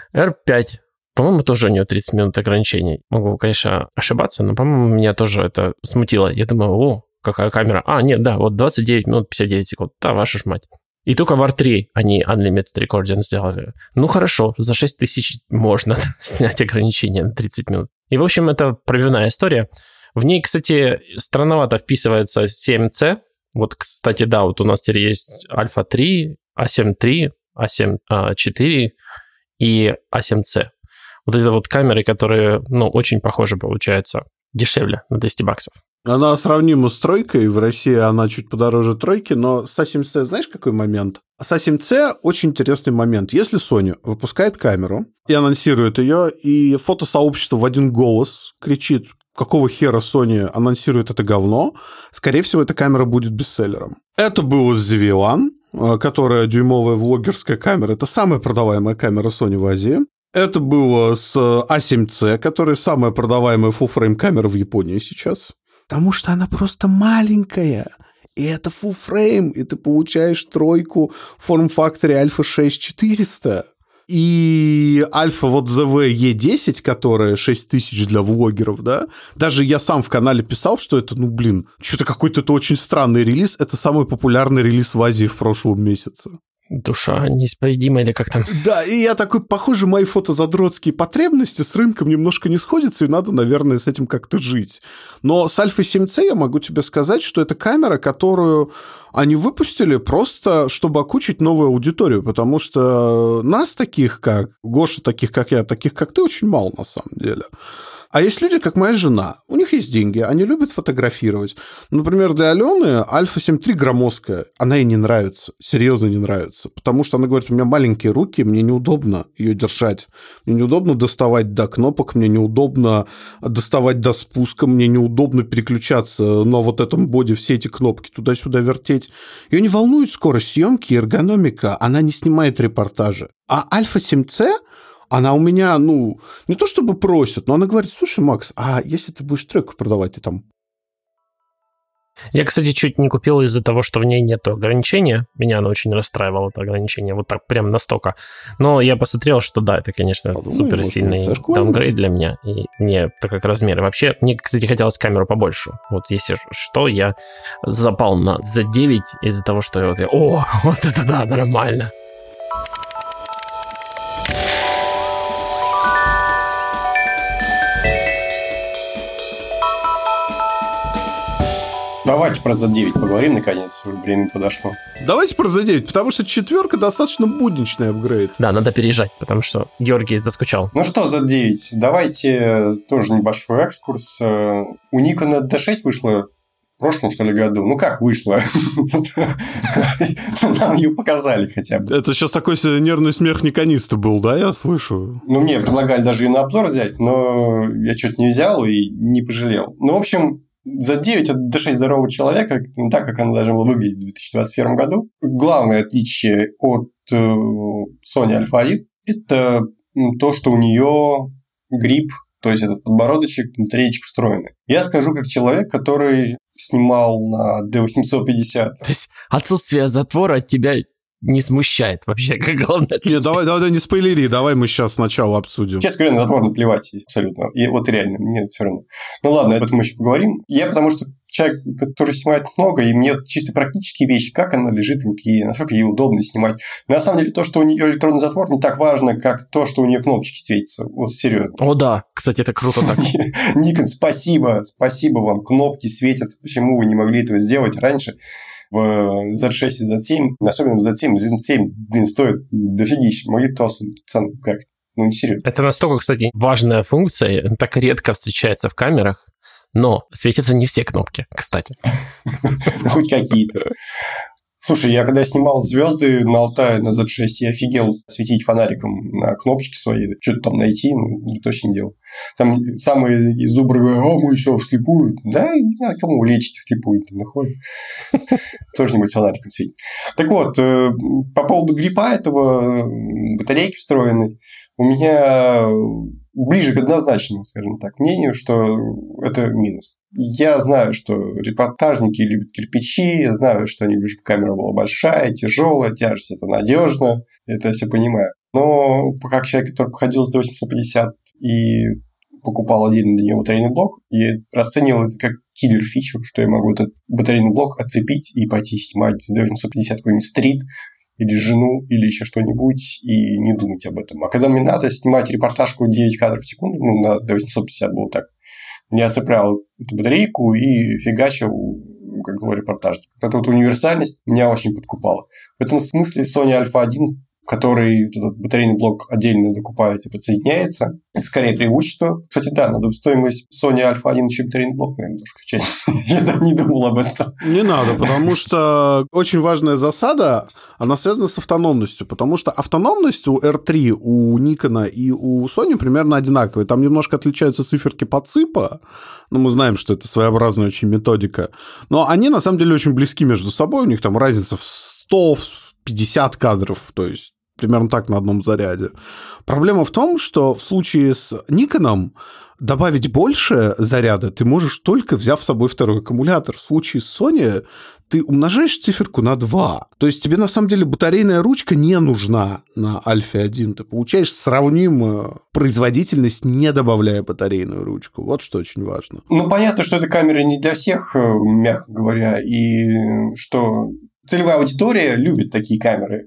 R5, по-моему, тоже у него 30 минут ограничений. Могу, конечно, ошибаться, но, по-моему, меня тоже это смутило. Я думаю, какая камера. Нет, да, вот 29 минут 59 секунд. Да, ваша ж мать. И только в R3 они Unlimited Recording сделали. Ну, хорошо, за 6 тысяч можно снять ограничение на 30 минут. И, в общем, это пробивная история. В ней, кстати, странновато вписывается 7C. Вот, кстати, да, вот у нас теперь есть Alpha 3, A7 III, A7 IV и A7C. Вот это вот камеры, которые, очень похожи, получается, дешевле на $200. Она сравнима с тройкой, в России она чуть подороже тройки, но с A7C знаешь, какой момент? С A7C очень интересный момент. Если Sony выпускает камеру и анонсирует ее, и фотосообщество в один голос кричит, какого хера Sony анонсирует это говно, скорее всего, эта камера будет бестселлером. Это было с ZV-1, которая дюймовая влогерская камера. Это самая продаваемая камера Sony в Азии. Это было с A7C, которая самая продаваемая full-frame камера в Японии сейчас. Потому что она просто маленькая. И это full frame, и ты получаешь тройку в форм-факторе Alpha 6400. И Alpha вот ZV E10, которая 6000 для влогеров, да, даже я сам в канале писал, что это, что-то какой-то это очень странный релиз. Это самый популярный релиз в Азии в прошлом месяце. Душа неисповедима или как там? Да, и я такой, похоже, мои фотозадротские потребности с рынком немножко не сходятся, и надо, наверное, с этим как-то жить. Но с Alpha 7C я могу тебе сказать, что это камера, которую они выпустили просто, чтобы окучить новую аудиторию, потому что нас таких, как Гоша, таких, как я, таких, как ты, очень мало на самом деле. А есть люди, как моя жена, у них есть деньги, они любят фотографировать. Например, для Алены Alpha 7 III громоздкая, она ей не нравится, серьезно не нравится, потому что она говорит, у меня маленькие руки, мне неудобно ее держать, мне неудобно доставать до кнопок, мне неудобно доставать до спуска, мне неудобно переключаться на вот этом боди, все эти кнопки туда-сюда вертеть. Ее не волнует скорость съемки и эргономика, она не снимает репортажи. А Alpha 7C... она у меня, не то чтобы просит, но она говорит, слушай, Макс, а если ты будешь тройку продавать, ты там... Я, кстати, чуть не купил из-за того, что в ней нет ограничения. Меня оно очень расстраивало, это ограничение, вот так прям настолько. Но я посмотрел, что да, это, конечно, супер сильный даунгрейд для меня. И мне, так как размеры. Вообще, мне, кстати, хотелось камеру побольше. Вот если что, я запал на Z9 из-за того, что вот это да, нормально. Давайте про Z9 поговорим, наконец, время подошло. Давайте про Z9, потому что 4 достаточно будничный апгрейд. Да, надо переезжать, потому что Георгий заскучал. Ну что, Z9, давайте тоже небольшой экскурс. У Nikon D6 вышла прошлом, что ли, году. Ну, как вышло? Нам ее показали хотя бы. Это сейчас такой нервный смех никониста был, да, я слышу? Ну, мне предлагали даже ее на обзор взять, но я что-то не взял и не пожалел. Ну, в общем, Z9 – это D6 здорового человека, так, как она должна была выглядеть в 2021 году. Главное отличие от Sony Alpha 1 – это то, что у нее грипп, то есть этот подбородочек, батареечка встроенный. Я скажу как человек, который снимал на D850. То есть отсутствие затвора от тебя не смущает вообще, как главное отличие. Нет, давай не спойлери, давай мы сейчас сначала обсудим. Честно говоря, на затвор наплевать абсолютно. И вот реально, мне все равно. Ну ладно, об этом мы еще поговорим. Я потому что человек, который снимает много, и мне чисто практические вещи, как она лежит в руке, насколько ей удобно снимать. Но на самом деле то, что у нее электронный затвор, не так важно, как то, что у нее кнопочки светятся. Вот серьезно. О да, кстати, это круто так. Nikon, спасибо вам, кнопки светятся. Почему вы не могли этого сделать раньше? В Z6 и Z7, особенно в Z7, Z7, стоит дофигища. Могли бы толстую цену как? Ну, не серьезно. Это настолько, кстати, важная функция, так редко встречается в камерах, но светятся не все кнопки, кстати. Хоть какие-то. Слушай, я когда снимал звезды на Алтае на Z6, я офигел светить фонариком на кнопочки свои, что-то там найти, точно не делал. Там самые зубры говорят, мы все вслепую. Да, не надо кому лечить вслепую, ты находишь. Тоже не будет фонариком светить. Так вот, по поводу гриппа этого, батарейки встроенной, у меня ближе к однозначному, скажем так, мнению, что это минус. Я знаю, что репортажники любят кирпичи, я знаю, что они любят, чтобы камера была большая, тяжелая, тяжесть это надежно, это я все понимаю. Но как человек, который походил с D850 и покупал отдельно для него батарейный блок, и расценивал это как киллер-фичу, что я могу этот батарейный блок отцепить и пойти снимать с D850 какой-нибудь стрит, или жену, или еще что-нибудь, и не думать об этом. А когда мне надо снимать репортажку 9 кадров в секунду, до 850 было так, я цеплял эту батарейку и фигачил, как говорю, репортажник. Эта вот универсальность меня очень подкупала. В этом смысле Sony Alpha 1, который этот батарейный блок отдельно докупает и подсоединяется, это скорее преимущество. Кстати, да, надо стоимость Sony Alpha 1 еще батарейный блок, наверное, тоже включать. Я так не думал об этом. Не надо, потому что очень важная засада, она связана с автономностью, потому что автономность у R3, у Nikon и у Sony примерно одинаковая. Там немножко отличаются циферки подсыпа, но мы знаем, что это своеобразная очень методика. Но они, на самом деле, очень близки между собой, у них там разница в 100-50 кадров, то есть примерно так на одном заряде. Проблема в том, что в случае с Никоном добавить больше заряда ты можешь только взяв с собой второй аккумулятор. В случае с Sony ты умножаешь циферку на 2. То есть тебе на самом деле батарейная ручка не нужна на Alpha 1. Ты получаешь сравнимую производительность, не добавляя батарейную ручку. Вот что очень важно. Ну, понятно, что эта камера не для всех, мягко говоря, и что целевая аудитория любит такие камеры,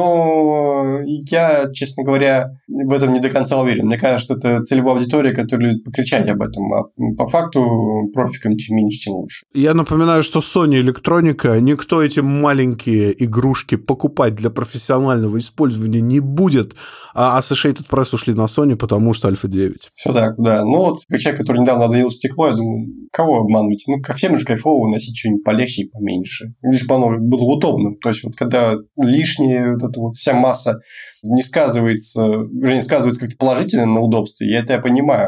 но я, честно говоря, в этом не до конца уверен. Мне кажется, что это целевая аудитория, которая любит покричать об этом, а по факту профикам чем меньше, тем лучше. Я напоминаю, что Sony электроника, никто эти маленькие игрушки покупать для профессионального использования не будет, а Associated Press ушли на Sony, потому что Alpha 9. Все так, да. Ну, вот как человек, который недавно обновил стекло, я думаю, кого обманывать? Ну, всем же кайфово носить что-нибудь полегче и поменьше. Лишь бы оно было удобным. То есть, вот когда лишняя вот эта вот вся масса не сказывается, вернее, сказывается как-то положительно на удобстве, я понимаю,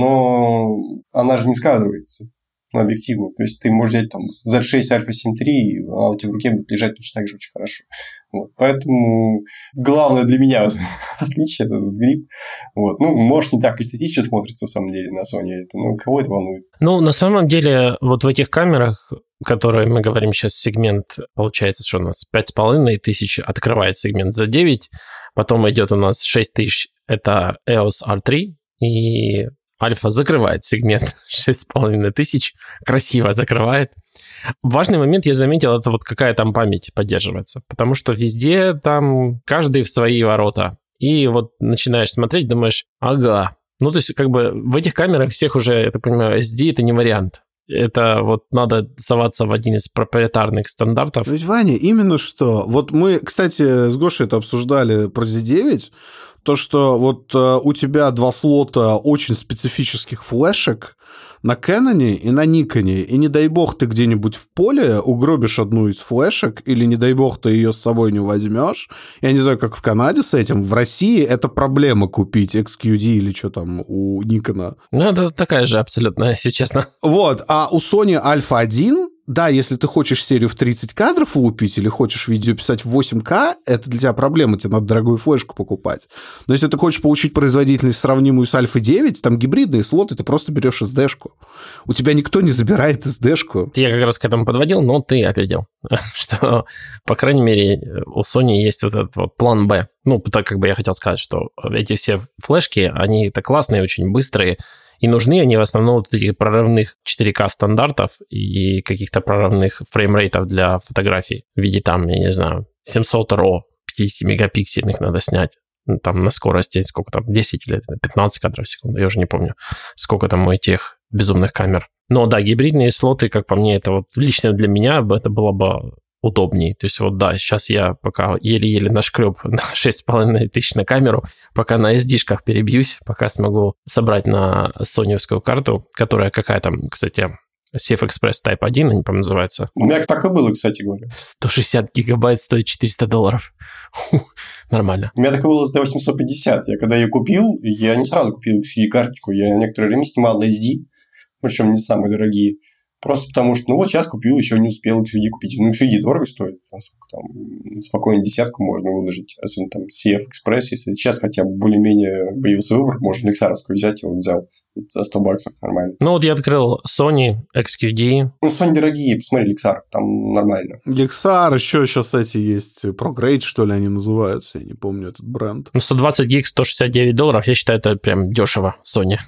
но она же не сказывается объективно. То есть, ты можешь взять там Z6 Alpha 7 III, и она у тебя в руке будет лежать точно так же очень хорошо. Вот. Поэтому главное для меня вот, отличие – это этот грипп. Вот. Ну, может, не так эстетично смотрится, в самом деле, на Sony. Кого это волнует? Ну, на самом деле, вот в этих камерах, которые мы говорим сейчас, сегмент, получается, что у нас 5500 открывает сегмент за 9, потом идет у нас 6000, это EOS R3, и Альфа закрывает сегмент 6500, красиво закрывает. Важный момент, я заметил, это вот какая там память поддерживается, потому что везде там каждый в свои ворота. И вот начинаешь смотреть, думаешь, ага. Ну, то есть, как бы в этих камерах всех уже, я так понимаю, SD это не вариант. Это вот надо соваться в один из проприетарных стандартов. Ведь, Ваня, именно что. Вот мы, кстати, с Гошей это обсуждали про Z9, то, что вот у тебя 2 слота очень специфических флешек, на Canon и на Nikon, и не дай бог ты где-нибудь в поле угробишь одну из флешек, или не дай бог ты ее с собой не возьмешь. Я не знаю, как в Канаде с этим. В России это проблема купить XQD или что там у Nikon. Ну, это такая же абсолютно, если честно. Вот, а у Sony Alpha 1, да, если ты хочешь серию в 30 кадров улупить или хочешь видео писать в 8К, это для тебя проблема, тебе надо дорогую флешку покупать. Но если ты хочешь получить производительность, сравнимую с Alpha 9, там гибридные слоты, ты просто берешь SD-шку. У тебя никто не забирает SD-шку. Я как раз к этому подводил, но ты опередил. Что, по крайней мере, у Sony есть вот этот вот план Б. Ну, так как бы я хотел сказать, что эти все флешки, они-то классные, очень быстрые, и нужны они в основном вот этих прорывных 4К стандартов и каких-то прорывных фреймрейтов для фотографий в виде там, я не знаю, 700 RAW, 50-мегапиксельных надо снять. Там на скорости, сколько там, 10 или 15 кадров в секунду, я уже не помню, сколько там у этих безумных камер. Но да, гибридные слоты, как по мне, это вот лично для меня это было бы удобнее. То есть вот да, сейчас я пока еле-еле нашкреб на 6500 на камеру, пока на SD-шках перебьюсь, пока смогу собрать на соневскую карту, которая какая там, кстати, CF Express Type 1, они, по-моему, называются. У меня так и было, кстати говоря. 160 гигабайт стоит $400. Нормально. У меня так и было за 850. Я когда ее купил, я не сразу купил карточку, я некоторое время снимал на SD, причем не самые дорогие. Просто потому что, ну вот сейчас купил, еще не успел XVD купить. Ну, XVD дорого стоит. Там, спокойно десятку можно выложить. Особенно там CF Express. Если сейчас хотя бы более-менее появился выбор, можно Lexarovскую взять. Я вот взял за $100 нормально. Ну вот я открыл Sony XQD. Ну, Sony дорогие, посмотри, Lexar, там нормально. Lexar, еще сейчас эти есть, ProGrade, что ли, они называются, я не помню этот бренд. Ну, 120 гиг, $169, я считаю, это прям дешево, Sony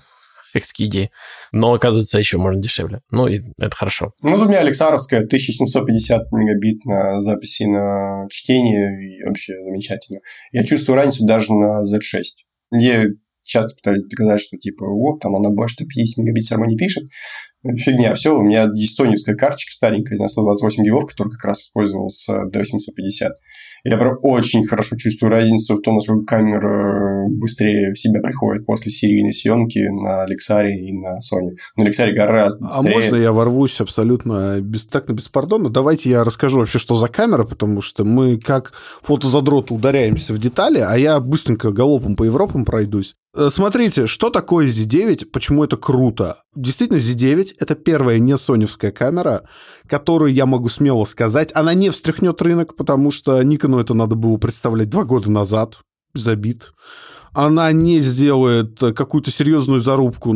XQD. Но, оказывается, еще можно дешевле. Ну, и это хорошо. Ну, у меня Lexarovская, 1750 мегабит на записи, на чтение, и вообще замечательно. Я чувствую разницу даже на Z6. Мне часто пытались доказать, что типа, вот, там она больше 150 мегабит все равно не пишет. Фигня, все, у меня есть соневская карточка старенькая на 128 гигов, которая как раз использовалась до 850. Я прям очень хорошо чувствую разницу в том, насколько камера быстрее в себя приходит после серийной съемки на Lexar и на Sony. На Lexar гораздо быстрее. А можно я ворвусь абсолютно беспардонно? Давайте я расскажу вообще, что за камера, потому что мы как фотозадроты ударяемся в детали, а я быстренько галопом по Европам пройдусь. Смотрите, что такое Z9, почему это круто. Действительно, Z9 — это первая не соневская камера, которую, я могу смело сказать, она не встряхнет рынок, потому что Никону это надо было представлять 2 года назад, без обид. Она не сделает какую-то серьезную зарубку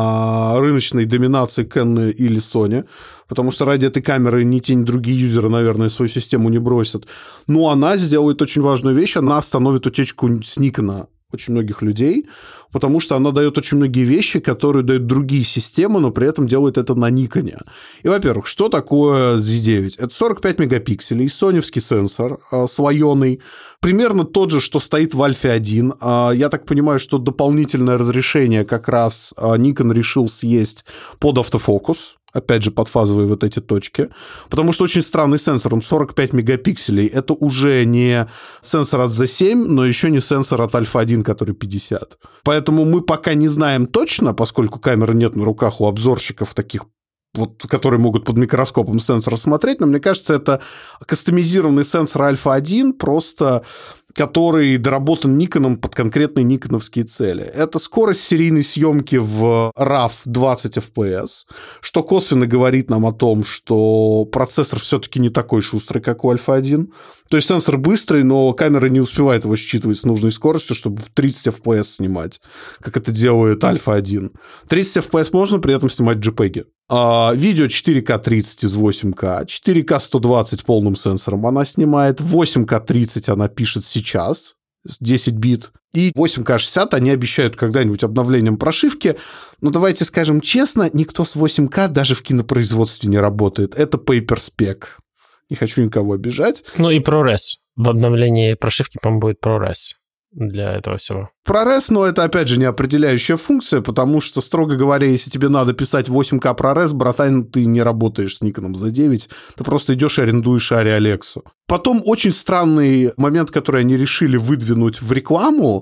на рыночной доминации Canon или Sony, потому что ради этой камеры ни те, ни другие юзеры, наверное, свою систему не бросят. Но она сделает очень важную вещь, она остановит утечку с Никона очень многих людей, потому что она дает очень многие вещи, которые дают другие системы, но при этом делает это на Никоне. И, во-первых, что такое Z9? Это 45 мегапикселей, соневский сенсор слоеный, примерно тот же, что стоит в Alpha 1. Я так понимаю, что дополнительное разрешение как раз Nikon решил съесть под автофокус. Опять же, подфазовые вот эти точки. Потому что очень странный сенсор, он 45 мегапикселей. Это уже не сенсор от Z7, но еще не сенсор от Alpha 1, который 50. Поэтому мы пока не знаем точно, поскольку камеры нет на руках у обзорщиков таких, вот, которые могут под микроскопом сенсор смотреть, но мне кажется, это кастомизированный сенсор Alpha 1, просто который доработан Никоном под конкретные никоновские цели. Это скорость серийной съемки в RAW 20 FPS, что косвенно говорит нам о том, что процессор все-таки не такой шустрый, как у Alpha 1. То есть сенсор быстрый, но камера не успевает его считывать с нужной скоростью, чтобы в 30 FPS снимать, как это делает Alpha 1. 30 FPS можно при этом снимать JPEG. Видео 4К 30 из 8К, 4К 120 полным сенсором она снимает, 8К 30 она пишет сейчас, 10 бит, и 8К 60 они обещают когда-нибудь обновлением прошивки, но давайте скажем честно, никто с 8К даже в кинопроизводстве не работает, это paper spec. Не хочу никого обижать. Ну и ProRes. В обновлении прошивки, по-моему, будет ProRes для этого всего. ProRes, но это, опять же, не определяющая функция, потому что, строго говоря, если тебе надо писать 8К ProRes, братан, ты не работаешь с Никоном Z9, ты просто идешь и арендуешь Arri Alexa. Потом очень странный момент, который они решили выдвинуть в рекламу,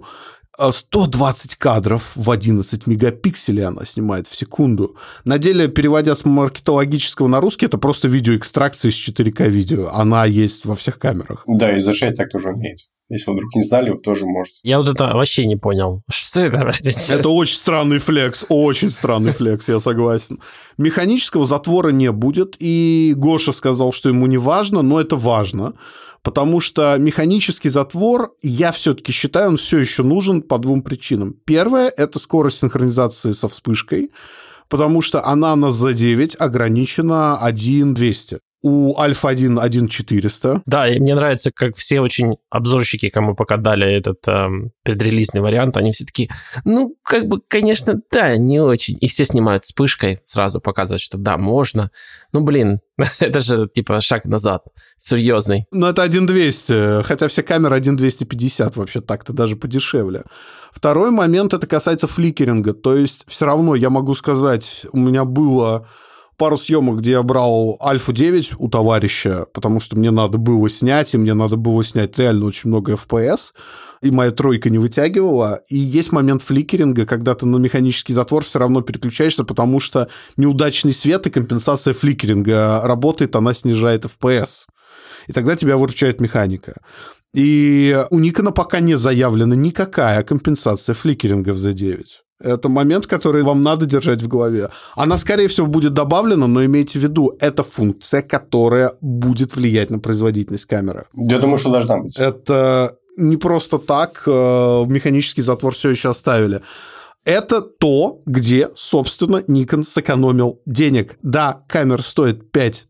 120 кадров в 11 мегапикселей она снимает в секунду. На деле, переводя с маркетологического на русский, это просто видеоэкстракция из 4К видео. Она есть во всех камерах. Да, и Z6 так тоже умеет. Если вы вдруг не знали, вы тоже можете. Я вот это вообще не понял. Что это? Это очень странный флекс, я согласен. Механического затвора не будет, и Гоша сказал, что ему не важно, но это важно, потому что механический затвор, я все-таки считаю, он все еще нужен по двум причинам. Первое – это скорость синхронизации со вспышкой, потому что она на Z9 ограничена 1.200. У Альфа 1 1.400. Да, и мне нравится, как все очень обзорщики, кому пока дали этот предрелизный вариант, они все такие, ну, как бы, конечно, да, не очень. И все снимают вспышкой, сразу показывают, что да, можно. Ну, блин, это же типа шаг назад, серьезный. Ну, это 1.200, хотя все камеры 1.250 вообще так-то даже подешевле. Второй момент, это касается фликеринга, то есть все равно я могу сказать, у меня было пару съемок, где я брал Альфу 9 у товарища, потому что мне надо было снять, и мне надо было снять реально очень много FPS, и моя тройка не вытягивала. И есть момент фликеринга, когда ты на механический затвор все равно переключаешься, потому что неудачный свет и компенсация фликеринга работает, она снижает FPS. И тогда тебя выручает механика. И у Никона пока не заявлена никакая компенсация фликеринга в Z9. Это момент, который вам надо держать в голове. Она, скорее всего, будет добавлена, но имейте в виду, это функция, которая будет влиять на производительность камеры. Я думаю, что должна быть. Это не просто так. Механический затвор все еще оставили. Это то, где, собственно, Nikon сэкономил денег. Да, камера стоит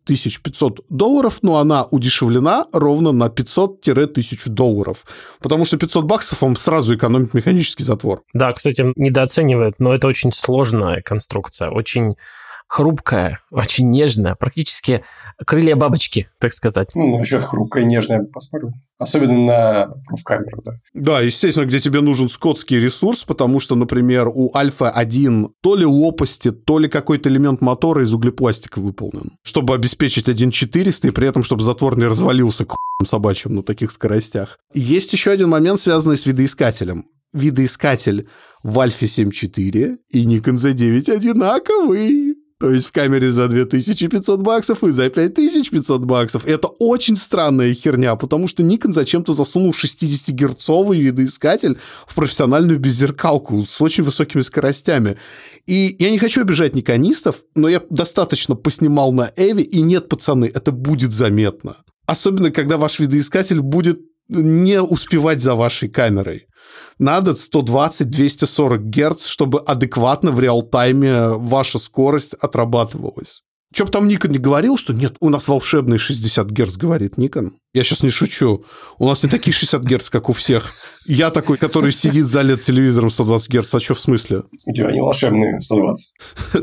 $5500, но она удешевлена ровно на $500-1000. Потому что $500 вам сразу экономит механический затвор. Да, кстати, недооценивают, но это очень сложная конструкция, очень хрупкая, очень нежная, практически крылья бабочки, так сказать. Ну, насчет хрупкой и нежной я бы поспорил. Особенно на профкамеру, да. Да, естественно, где тебе нужен скотский ресурс, потому что, например, у Альфа-1 то ли лопасти, то ли какой-то элемент мотора из углепластика выполнен, чтобы обеспечить 1.400 и при этом, чтобы затвор не развалился к собачьим на таких скоростях. И есть еще один момент, связанный с видоискателем. Видоискатель в Альфе 7.4 и Nikon Z9 одинаковый. То есть в камере за $2500 и за $5500. Это очень странная херня, потому что Nikon зачем-то засунул 60-герцовый видоискатель в профессиональную беззеркалку с очень высокими скоростями. И я не хочу обижать никонистов, но я достаточно поснимал на Эви, и нет, пацаны, это будет заметно. Особенно, когда ваш видоискатель будет не успевать за вашей камерой. Надо 120-240 Гц, чтобы адекватно в реал-тайме ваша скорость отрабатывалась. Что бы там Nikon не говорил, что нет, у нас волшебные 60 Гц, говорит Nikon. Я сейчас не шучу. У нас не такие 60 Гц, как у всех. Я такой, который сидит за лет телевизором 120 Гц. А что в смысле? У тебя не волшебные 120.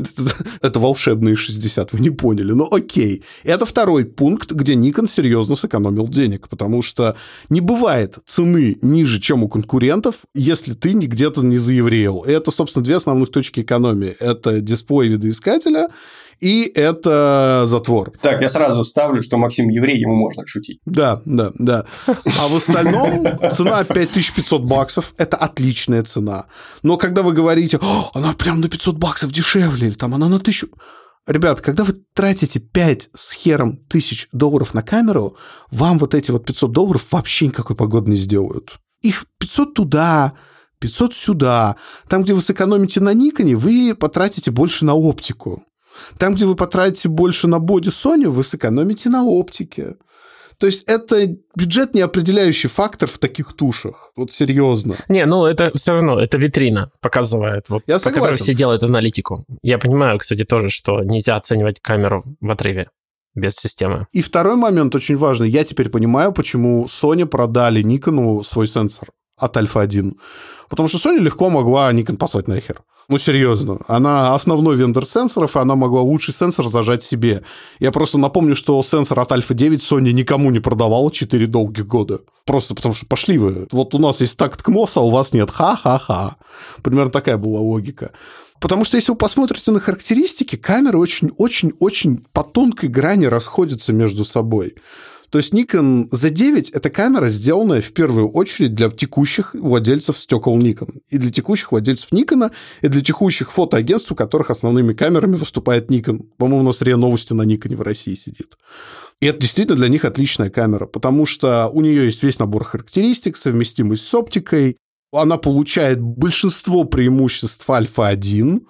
Это волшебные 60, вы не поняли. Но окей. Это второй пункт, где Nikon серьезно сэкономил денег, потому что не бывает цены ниже, чем у конкурентов, если ты где-то не заевреил. И это, собственно, две основных точки экономии. Это дисплей видоискателя и это затвор. Так, я сразу ставлю, что Максим еврей, ему можно шутить. Да. А в остальном цена $5500 – это отличная цена. Но когда вы говорите, она прям на $500 дешевле, или там она на 1000... Ребят, когда вы тратите 5 с хером тысяч долларов на камеру, вам вот эти вот $500 вообще никакой погоды не сделают. Их 500 туда, 500 сюда. Там, где вы сэкономите на Никоне, вы потратите больше на оптику. Там, где вы потратите больше на боди Sony, вы сэкономите на оптике. То есть это бюджет не определяющий фактор в таких тушах. Вот серьезно. Не, ну это все равно, это витрина показывает, вот, по которой все делают аналитику. Я понимаю, кстати, тоже, что нельзя оценивать камеру в отрыве без системы. И второй момент очень важный. Я теперь понимаю, почему Sony продали Никону свой сенсор от Альфа 1. Потому что Sony легко могла Nikon послать нахер. Ну, серьезно. Она основной вендор сенсоров, и она могла лучший сенсор зажать себе. Я просто напомню, что сенсор от Альфа 9 Sony никому не продавала 4 долгих года. Просто потому что пошли вы. Вот у нас есть такт КМОС, а у вас нет. Ха-ха-ха. Примерно такая была логика. Потому что если вы посмотрите на характеристики, камеры очень-очень-очень по тонкой грани расходятся между собой. То есть Nikon Z9 – это камера, сделанная в первую очередь для текущих владельцев стекол Nikon. И для текущих владельцев Nikon, и для текущих фотоагентств, у которых основными камерами выступает Nikon. По-моему, у нас РИА Новости на Никоне в России сидит. И это действительно для них отличная камера, потому что у нее есть весь набор характеристик, совместимость с оптикой, она получает большинство преимуществ Альфа-1,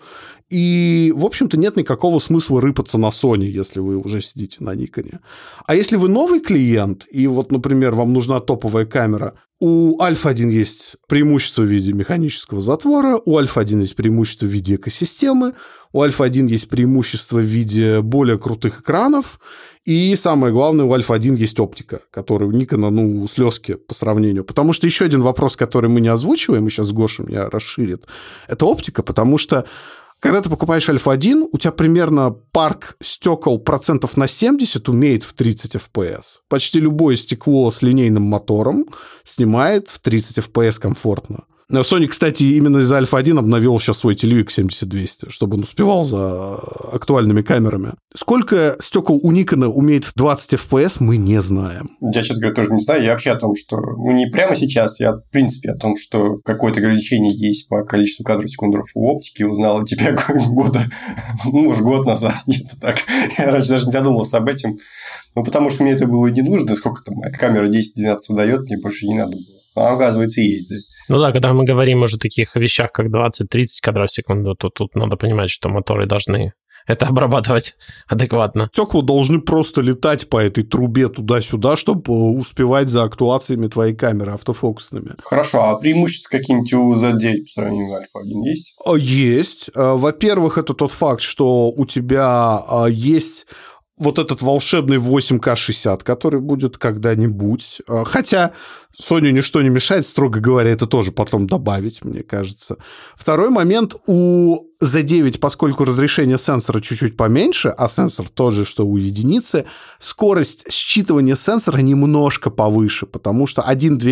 и, в общем-то, нет никакого смысла рыпаться на Sony, если вы уже сидите на Никоне. А если вы новый клиент, и вот, например, вам нужна топовая камера, у Альфа-1 есть преимущество в виде механического затвора, у Альфа-1 есть преимущество в виде экосистемы, у Альфа-1 есть преимущество в виде более крутых экранов, и самое главное, у Альфа-1 есть оптика, которая у Никона, слезки по сравнению. Потому что еще один вопрос, который мы не озвучиваем, и сейчас Гоша меня расширит, это оптика, потому что когда ты покупаешь Альфа-1, у тебя примерно парк стекол процентов на 70 умеет в 30 FPS. Почти любое стекло с линейным мотором снимает в 30 FPS комфортно. Sony, кстати, именно из-за Альфа-1 обновил сейчас свой Телевик 70-200, чтобы он успевал за актуальными камерами. Сколько стекол у Никона умеет в 20 FPS, мы не знаем. Я, честно говоря, тоже не знаю. Я вообще о том, что... не прямо сейчас, я, в принципе, о том, что какое-то ограничение есть по количеству кадров в секунду в оптике, узнал от тебя года, может, год назад. Это так. Я раньше даже не задумывался об этом. Потому что мне это было не нужно. Сколько там моя камера 10-12 выдает, мне больше не надо было. А оказывается, есть, да. Ну да, когда мы говорим уже о таких вещах, как 20-30 кадров в секунду, то тут надо понимать, что моторы должны это обрабатывать адекватно. Стекла должны просто летать по этой трубе туда-сюда, чтобы успевать за актуациями твоей камеры автофокусными. Хорошо, а преимущества какие-нибудь у Z9 по сравнению с Альфа-1 есть? Есть. Во-первых, это тот факт, что у тебя есть... вот этот волшебный 8К60, который будет когда-нибудь. Хотя Sony ничто не мешает, строго говоря, это тоже потом добавить, мне кажется. Второй момент. У Z9, поскольку разрешение сенсора чуть-чуть поменьше, а сенсор тот же, что у единицы, скорость считывания сенсора немножко повыше, потому что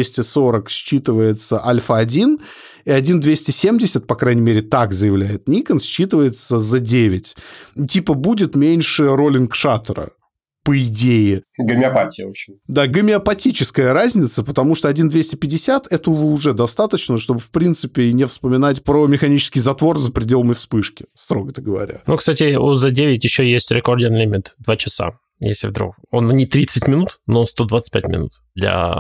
1.240 считывается Альфа-1, и 1.270, по крайней мере, так заявляет Nikon, считывается Z9. Типа будет меньше роллинг-шаттера, по идее. Гомеопатия, в общем. Да, гомеопатическая разница, потому что 1.250 этого уже достаточно, чтобы, в принципе, не вспоминать про механический затвор за пределами вспышки, строго-то говоря. Ну, кстати, у Z9 еще есть рекордный лимит 2 часа, если вдруг. Он не 30 минут, но 125 минут для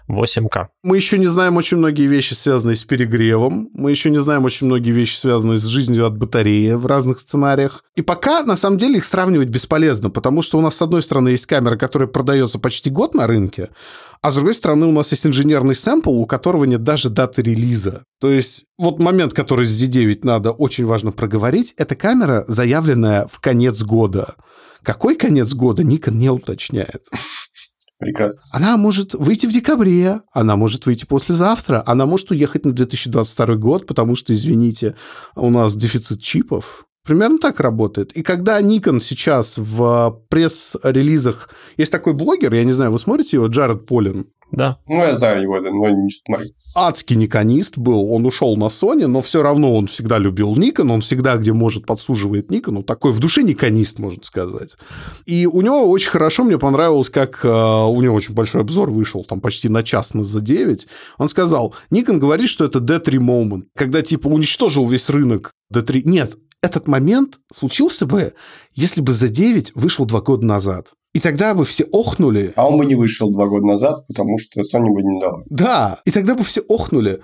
8К. Мы еще не знаем очень многие вещи, связанные с перегревом. Мы еще не знаем очень многие вещи, связанные с жизнью от батареи в разных сценариях. И пока, на самом деле, их сравнивать бесполезно, потому что у нас, с одной стороны, есть камера, которая продается почти год на рынке, а с другой стороны, у нас есть инженерный сэмпл, у которого нет даже даты релиза. То есть вот момент, который с Z9 надо очень важно проговорить, это камера, заявленная в конец года. Какой конец года, Nikon не уточняет. Прекрасно. Она может выйти в декабре, она может выйти послезавтра, она может уехать на 2022 год, потому что, извините, у нас дефицит чипов. Примерно так работает. И когда Nikon сейчас в пресс-релизах... Есть такой блогер, я не знаю, вы смотрите его, Джаред Полин? Да. Ну, я знаю его, но не смотрю. Адский никонист был, он ушел на Sony, но все равно он всегда любил Nikon, он всегда, где может, подсуживает Nikon, такой в душе никонист, можно сказать. И у него очень хорошо, мне понравилось, как у него очень большой обзор вышел, там почти на час на Z9, он сказал, Nikon говорит, что это D3 moment, когда типа уничтожил весь рынок D3. Нет, этот момент случился бы, если бы Z9 вышел 2 года назад. И тогда бы все охнули. А он бы не вышел 2 года назад, потому что Sony бы не дала. Да, и тогда бы все охнули.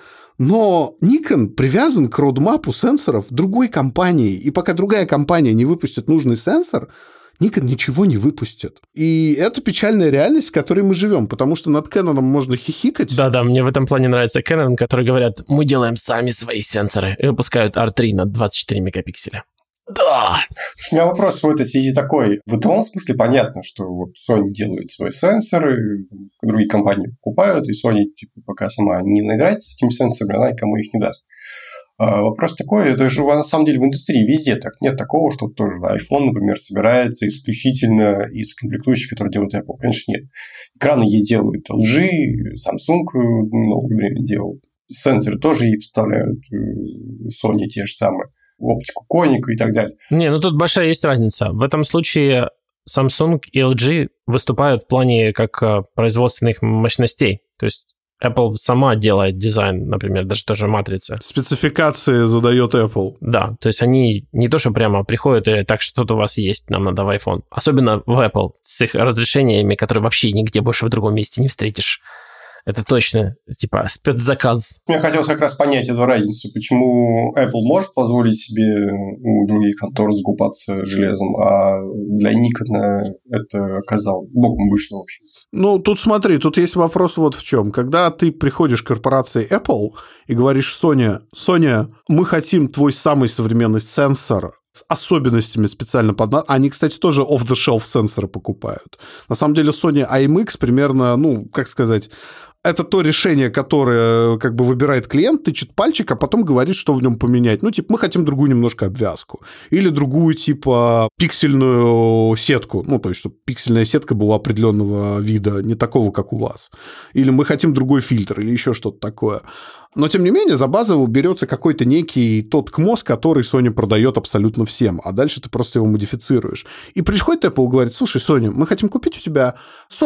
Но Nikon привязан к роудмапу сенсоров другой компании. И пока другая компания не выпустит нужный сенсор, Nikon ничего не выпустит. И это печальная реальность, в которой мы живем, потому что над Canon можно хихикать. Да-да, мне в этом плане нравится Canon, которые говорят, мы делаем сами свои сенсоры, и выпускают R3 на 24 мегапикселя. Да! У меня вопрос в этой связи такой. В этом смысле понятно, что вот Sony делает свои сенсоры, другие компании покупают, и Sony типа, пока сама не наиграется с этими сенсорами, она никому их не даст. Вопрос такой, это же на самом деле в индустрии везде так. Нет такого, что тоже iPhone, например, собирается исключительно из комплектующих, которые делают Apple. Конечно, нет. Экраны ей делают LG, Samsung долгое время делал. Сенсоры тоже ей поставляют Sony те же самые. Оптику Коника и так далее. Не, ну тут большая есть разница. В этом случае Samsung и LG выступают в плане как производственных мощностей. То есть Apple сама делает дизайн, например, даже тоже матрицы. Спецификации задает Apple. Да, то есть они не то, что прямо приходят и говорят, так, что-то у вас есть, нам надо в iPhone. Особенно в Apple с их разрешениями, которые вообще нигде больше в другом месте не встретишь. Это точно, типа, спецзаказ. Мне хотелось как раз понять эту разницу, почему Apple может позволить себе у других контор закупаться железом, а для Nikon это оказалось боком вышло, в общем. Ну, тут смотри, тут есть вопрос вот в чем. Когда ты приходишь к корпорации Apple и говоришь Sony, мы хотим твой самый современный сенсор с особенностями специально под нас. Они, кстати, тоже off-the-shelf сенсоры покупают. На самом деле Sony IMX примерно, ну, как сказать... Это то решение, которое как бы выбирает клиент, тычет пальчик, а потом говорит, что в нем поменять. Ну, типа, мы хотим другую немножко обвязку. Или другую, типа, пиксельную сетку. Ну, то есть, чтобы пиксельная сетка была определенного вида, не такого, как у вас. Или мы хотим другой фильтр, или еще что-то такое. Но, тем не менее, за базово берется какой-то некий тот КМОС, который Sony продает абсолютно всем, а дальше ты просто его модифицируешь. И приходит Apple и говорит, слушай, Sony, мы хотим купить у тебя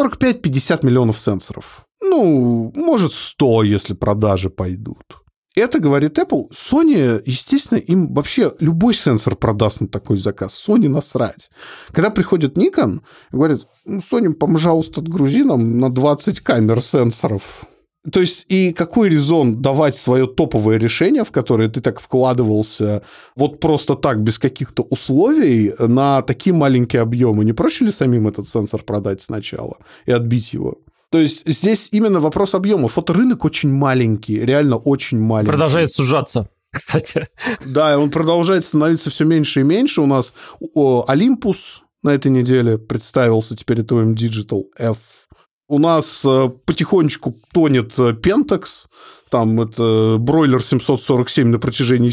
45-50 миллионов сенсоров. Ну, может, 100, если продажи пойдут. Это говорит Apple. Sony, естественно, им вообще любой сенсор продаст на такой заказ. Sony насрать. Когда приходит Nikon и говорит, Sony, пожалуйста, отгрузи нам на 20 камер сенсоров. То есть, и какой резон давать свое топовое решение, в которое ты так вкладывался вот просто так, без каких-то условий, на такие маленькие объемы? Не проще ли самим этот сенсор продать сначала и отбить его? То есть, здесь именно вопрос объема. Фоторынок очень маленький, реально очень маленький. Продолжает сужаться, кстати. Да, и он продолжает становиться все меньше и меньше. У нас Olympus на этой неделе представился, теперь это OM Digital F. У нас потихонечку тонет Pentax, там это бройлер 747 на протяжении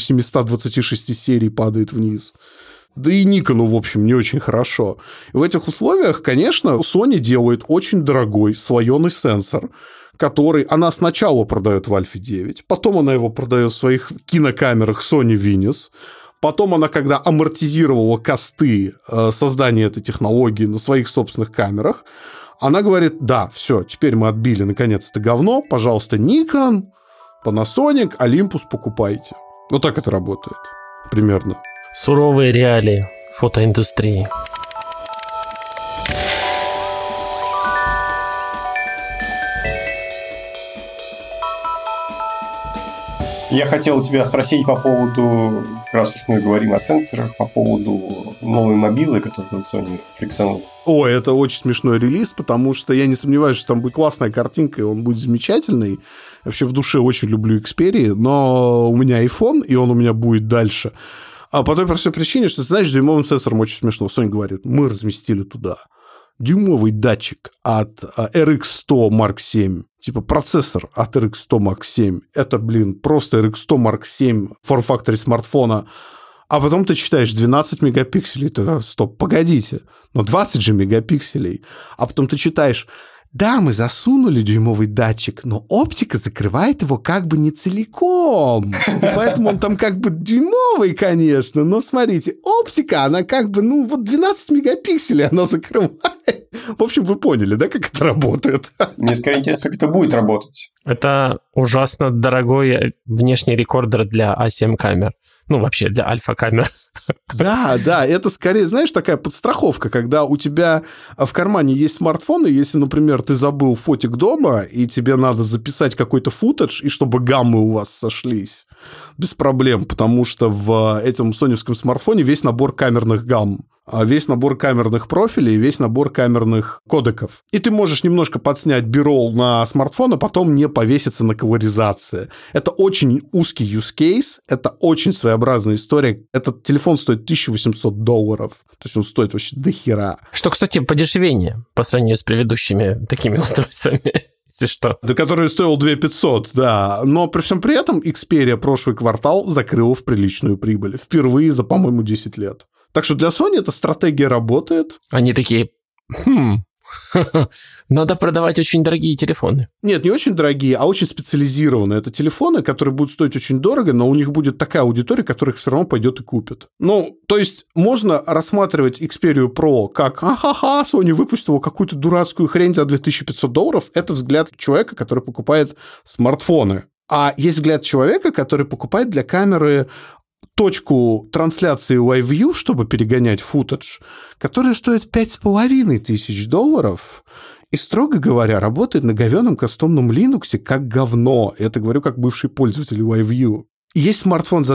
726 серий падает вниз. Да и Никону, в общем, не очень хорошо. В этих условиях, конечно, Sony делает очень дорогой слоеный сенсор, который она сначала продает в Alpha 9, потом она его продает в своих кинокамерах Sony Venice, потом она, когда амортизировала косты создания этой технологии на своих собственных камерах, она говорит, да, все, теперь мы отбили наконец это говно, пожалуйста, Nikon, Panasonic, Olympus покупайте. Вот так это работает примерно. Суровые реалии фотоиндустрии. Я хотел у тебя спросить по поводу, раз уж мы говорим о сенсорах, по поводу новой мобилы, которую Sony фриксанул. Ой, это очень смешной релиз, потому что я не сомневаюсь, что там будет классная картинка, и он будет замечательный. Вообще в душе очень люблю Xperia, но у меня iPhone, и он у меня будет дальше. А по той простой причине, что, ты знаешь, с дюймовым сенсором очень смешно. Sony говорит, мы разместили туда дюймовый датчик от RX100 Mark 7. Типа процессор от RX100 Mark 7. Это, просто RX100 Mark 7 в форм-факторе смартфона. А потом ты читаешь 12 мегапикселей. Ты, стоп, погодите. Но 20 же мегапикселей. А потом ты читаешь... Да, мы засунули дюймовый датчик, но оптика закрывает его как бы не целиком. Поэтому он там как бы дюймовый, конечно, но смотрите, оптика, она как бы, 12 мегапикселей она закрывает. В общем, вы поняли, да, как это работает? Мне скорее интересно, как это будет работать. Это ужасно дорогой внешний рекордер для A7 камер. Вообще, для альфа-камер. Да, это скорее, знаешь, такая подстраховка, когда у тебя в кармане есть смартфон, и если, например, ты забыл фотик дома, и тебе надо записать какой-то футаж, и чтобы гаммы у вас сошлись, без проблем, потому что в этом соневском смартфоне весь набор камерных гамм, весь набор камерных профилей, весь набор камерных кодеков. И ты можешь немножко подснять B-roll на смартфон, а потом не повеситься на колоризации. Это очень узкий use case, это очень своеобразная история. Этот телефон стоит $1800. То есть он стоит вообще дохера. Что, кстати, подешевение по сравнению с предыдущими такими устройствами. Если что. Да, который стоил 2500, да. Но при всем при этом Xperia прошлый квартал закрыла в приличную прибыль. Впервые за, по-моему, 10 лет. Так что для Sony эта стратегия работает. Они такие, Надо продавать очень дорогие телефоны. Нет, не очень дорогие, а очень специализированные. Это телефоны, которые будут стоить очень дорого, но у них будет такая аудитория, которая их все равно пойдет и купит. Ну, то есть можно рассматривать Xperia Pro как «Ха-ха-ха, Sony выпустила какую-то дурацкую хрень за $2500». Это взгляд человека, который покупает смартфоны. А есть взгляд человека, который покупает для камеры точку трансляции Live View, чтобы перегонять футаж, которая стоит $5500. И, строго говоря, работает на говёном кастомном Linux как говно. Это говорю как бывший пользователь Live View. И есть смартфон за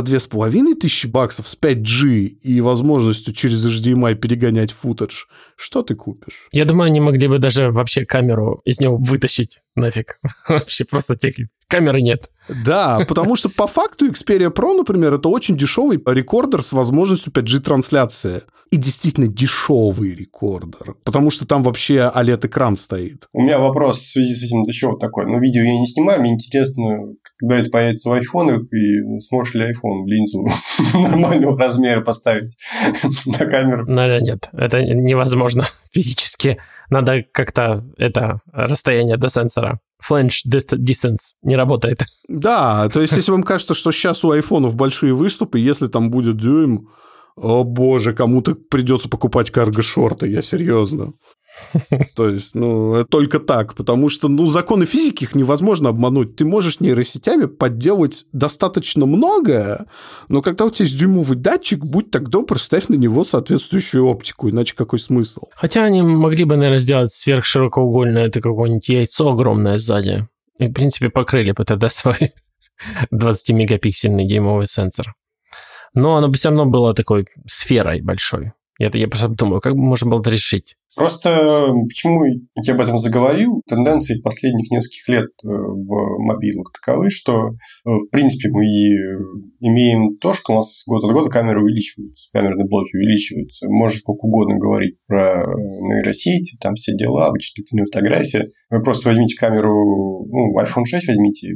$2500 с 5G и возможностью через HDMI перегонять футаж. Что ты купишь? Я думаю, они могли бы даже вообще камеру из него вытащить нафиг. Вообще просто камеры нет. Да, потому что по факту Xperia Pro, например, это очень дешевый рекордер с возможностью 5G-трансляции. И действительно дешевый рекордер, потому что там вообще OLED-экран стоит. У меня вопрос в связи с этим еще вот такой. Ну, видео я не снимаю, мне интересно, когда это появится в айфонах, и сможешь ли iPhone линзу нормального размера поставить на камеру? Наверное, нет. Это невозможно физически. Надо как-то это расстояние до сенсора. Flange distance не работает. Да, то есть, если вам кажется, что сейчас у айфонов большие выступы, если там будет дюйм, о боже, кому-то придется покупать карго-шорты, я серьезно. То есть, это только так, потому что, законы физики их невозможно обмануть. Ты можешь нейросетями подделать достаточно многое, но когда у тебя есть дюймовый датчик, будь так добр, ставь на него соответствующую оптику, иначе какой смысл? Хотя они могли бы, наверное, сделать сверхширокоугольное, это какое-нибудь яйцо огромное сзади. И, в принципе, покрыли бы тогда свой 20-мегапиксельный дюймовый сенсор. Но оно бы все равно было такой сферой большой. Я просто думаю, как бы можно было это решить? Просто почему я об этом заговорил? Тенденции последних нескольких лет в мобилах таковы, что, в принципе, мы имеем то, что у нас год от года камеры увеличиваются, камерные блоки увеличиваются. Можно сколько угодно говорить про нейросети, там все дела, вычислительные фотографии. Вы просто возьмите камеру, iPhone 6 возьмите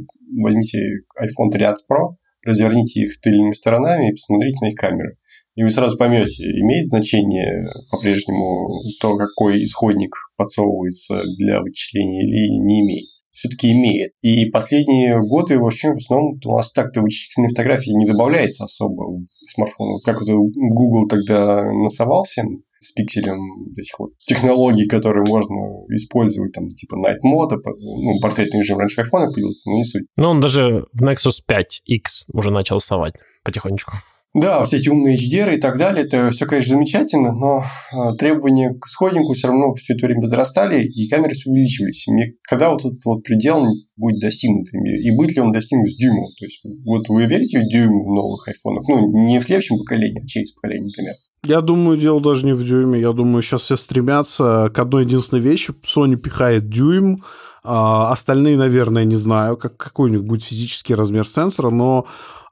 iPhone 13 Pro, разверните их тыльными сторонами и посмотрите на их камеры. И вы сразу поймете, имеет значение по-прежнему то, какой исходник подсовывается для вычисления или не имеет. Все-таки имеет. И последние годы, в общем, в основном у нас так-то вычислительной фотографии не добавляется особо в смартфон. Как это Google тогда насовал всем с пикселем этих вот технологий, которые можно использовать, там, типа Night Mode, портретный режим раньше в айфонах появился, но не суть. Но он даже в Nexus 5X уже начал совать потихонечку. Да, все эти умные HDR и так далее, это все, конечно, замечательно, но требования к исходнику все равно все это время возрастали, и камеры все увеличивались. И когда вот этот вот предел будет достигнут, и будет ли он достигнут дюймом? То есть, вот вы верите в дюйм в новых айфонах? Не в следующем поколении, а через поколение, например. Я думаю, дело даже не в дюйме. Я думаю, сейчас все стремятся к одной единственной вещи. Sony пихает дюйм, остальные, наверное, не знаю, какой у них будет физический размер сенсора, но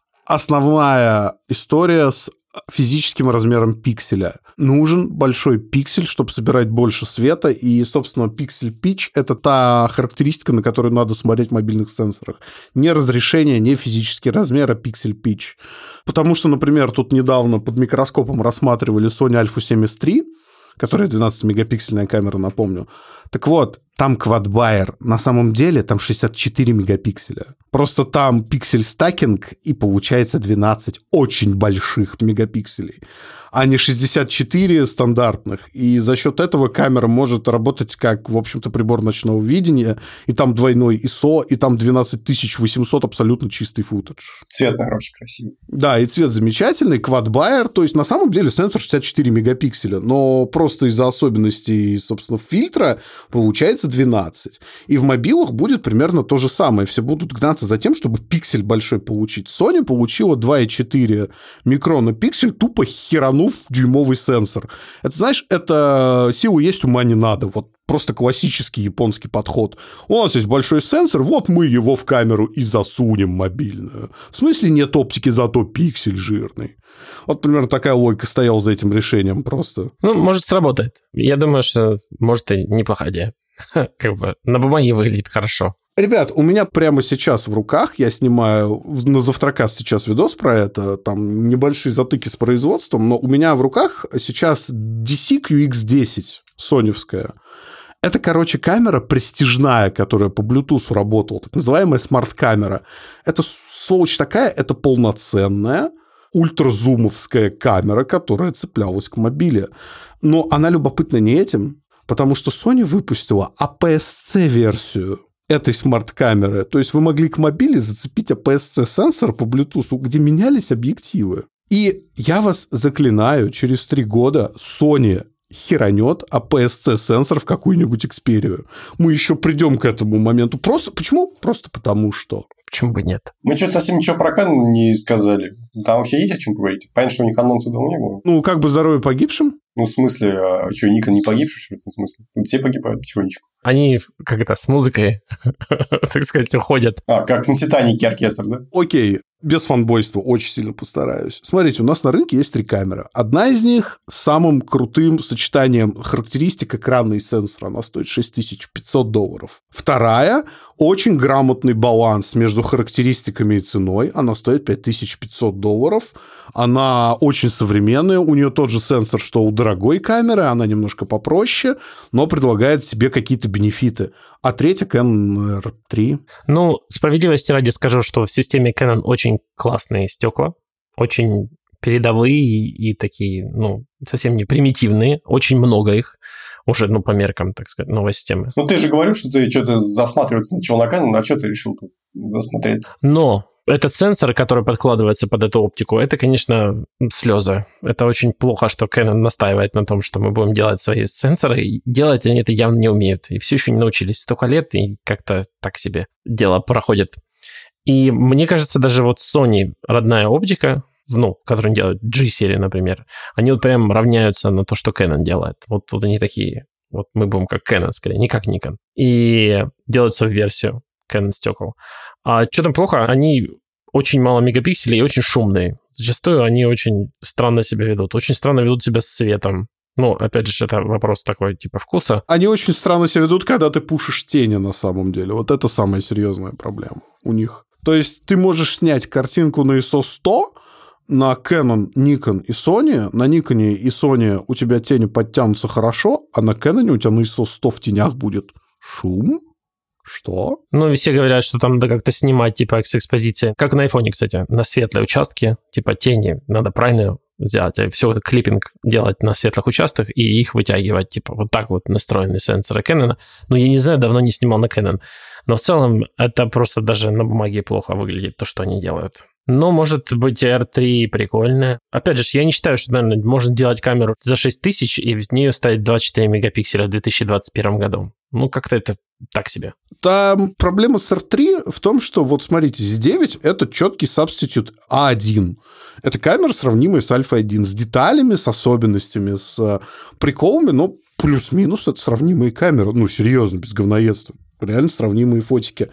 основная история с физическим размером пикселя. Нужен большой пиксель, чтобы собирать больше света, и, собственно, пиксель-питч – это та характеристика, на которую надо смотреть в мобильных сенсорах. Не разрешение, не физический размер, а пиксель-питч. Потому что, например, тут недавно под микроскопом рассматривали Sony Alpha 73, которая 12-мегапиксельная камера, напомню. Так вот, там квадбайер. На самом деле там 64 мегапикселя. Просто там пиксель-стакинг, и получается 12 очень больших мегапикселей, а не 64 стандартных. И за счет этого камера может работать как, в общем-то, прибор ночного видения, и там двойной ISO, и там 12800 абсолютно чистый футаж. Цвет, наверное, очень красивый. Да, и цвет замечательный, квадбайер, то есть на самом деле сенсор 64 мегапикселя, но просто из-за особенностей, собственно, фильтра получается 12. И в мобилах будет примерно то же самое. Все будут гнаться за тем, чтобы пиксель большой получить. Sony получила 2,4 микрона пиксель, тупо херанув дюймовый сенсор. Это, знаешь, это силу есть, ума не надо. Вот просто классический японский подход. У нас есть большой сенсор, вот мы его в камеру и засунем мобильную. В смысле нет оптики, зато пиксель жирный. Вот примерно такая логика стояла за этим решением просто. Может, сработает. Я думаю, что может и неплохая идея. Как бы на бумаге выглядит хорошо. Ребят, у меня прямо сейчас в руках, я снимаю на Завтракаст сейчас видос про это, там небольшие затыки с производством, но у меня в руках сейчас DC QX10 соневская. Это, короче, камера престижная, которая по Bluetooth работала, так называемая смарт-камера. Это сволочь такая, это полноценная ультразумовская камера, которая цеплялась к мобиле. Но она любопытна не этим, потому что Sony выпустила APS-C-версию этой смарт-камеры. То есть вы могли к мобиле зацепить APS-C-сенсор по Bluetooth, где менялись объективы. И я вас заклинаю, через 3 года Sony херанет APS-C-сенсор в какую-нибудь Xperia. Мы еще придем к этому моменту. Почему? Просто потому что. Почему бы нет? Мы что-то совсем ничего про Canon не сказали. Там вообще есть о чем поговорить? Понятно, что у них анонса давно не было. Ну, как бы здоровье погибшим. Ну, в смысле, а что, Nikon не погибший, что ли, в смысле? Все погибают потихонечку. Они, как это, с музыкой, так сказать, уходят. Как на «Титанике» оркестр, да? Окей, без фанбойства очень сильно постараюсь. Смотрите, у нас на рынке есть 3 камеры. Одна из них с самым крутым сочетанием характеристик экрана и сенсора. Она стоит $6500. Вторая – очень грамотный баланс между характеристиками и ценой. Она стоит $5500. Она очень современная. У нее тот же сенсор, что у дорогой камеры. Она немножко попроще, но предлагает себе какие-то бенефиты. А третья Canon R3. Ну, справедливости ради скажу, что в системе Canon очень классные стекла, очень передовые и такие, ну, совсем не примитивные, очень много их, уже, ну, по меркам, так сказать, новой системы. Ну, ты же говорил, что ты что-то засматриваться начал на Canon, а что ты решил тут засмотреться? Но этот сенсор, который подкладывается под эту оптику, это, конечно, слезы. Это очень плохо, что Canon настаивает на том, что мы будем делать свои сенсоры. И делать они это явно не умеют. И все еще не научились. Столько лет, и как-то так себе дело проходит. И мне кажется, даже вот Sony родная оптика, ну, которую делают G-серии, например, они вот прям равняются на то, что Canon делает. Вот они такие, вот мы будем как Canon, скорее, не как Nikon. И делают свою версию Canon стекол. А что там плохо? Они очень мало мегапикселей и очень шумные. Зачастую они очень странно себя ведут. Очень странно ведут себя с светом. Ну, опять же, это вопрос такой, типа, вкуса. Они очень странно себя ведут, когда ты пушишь тени на самом деле. Вот это самая серьезная проблема у них. То есть ты можешь снять картинку на ISO 100 на Canon, Nikon и Sony. На Nikon и Sony у тебя тени подтянутся хорошо, а на Canon у тебя на ISO 100 в тенях будет шум. Что? Ну, и все говорят, что там надо как-то снимать, типа, с экспозиции. Как на айфоне, кстати, на светлые участки, типа, тени надо правильно взять, все это клиппинг делать на светлых участках и их вытягивать, типа, вот так вот настроены сенсоры Canon. Ну, я не знаю, давно не снимал на Canon. Но в целом это просто даже на бумаге плохо выглядит, то, что они делают. Но, может быть, R3 прикольная. Опять же, я не считаю, что, наверное, можно делать камеру за 6000 и в нее ставить 24 мегапикселя в 2021 году. Ну, как-то это так себе. Там проблема с R3 в том, что, вот смотрите, с 9 это четкий сабститут A1. Это камера, сравнимая с Alpha 1, с деталями, с особенностями, с приколами, но плюс-минус это сравнимые камеры. Ну, серьезно, без говноедства. Реально сравнимые фотики.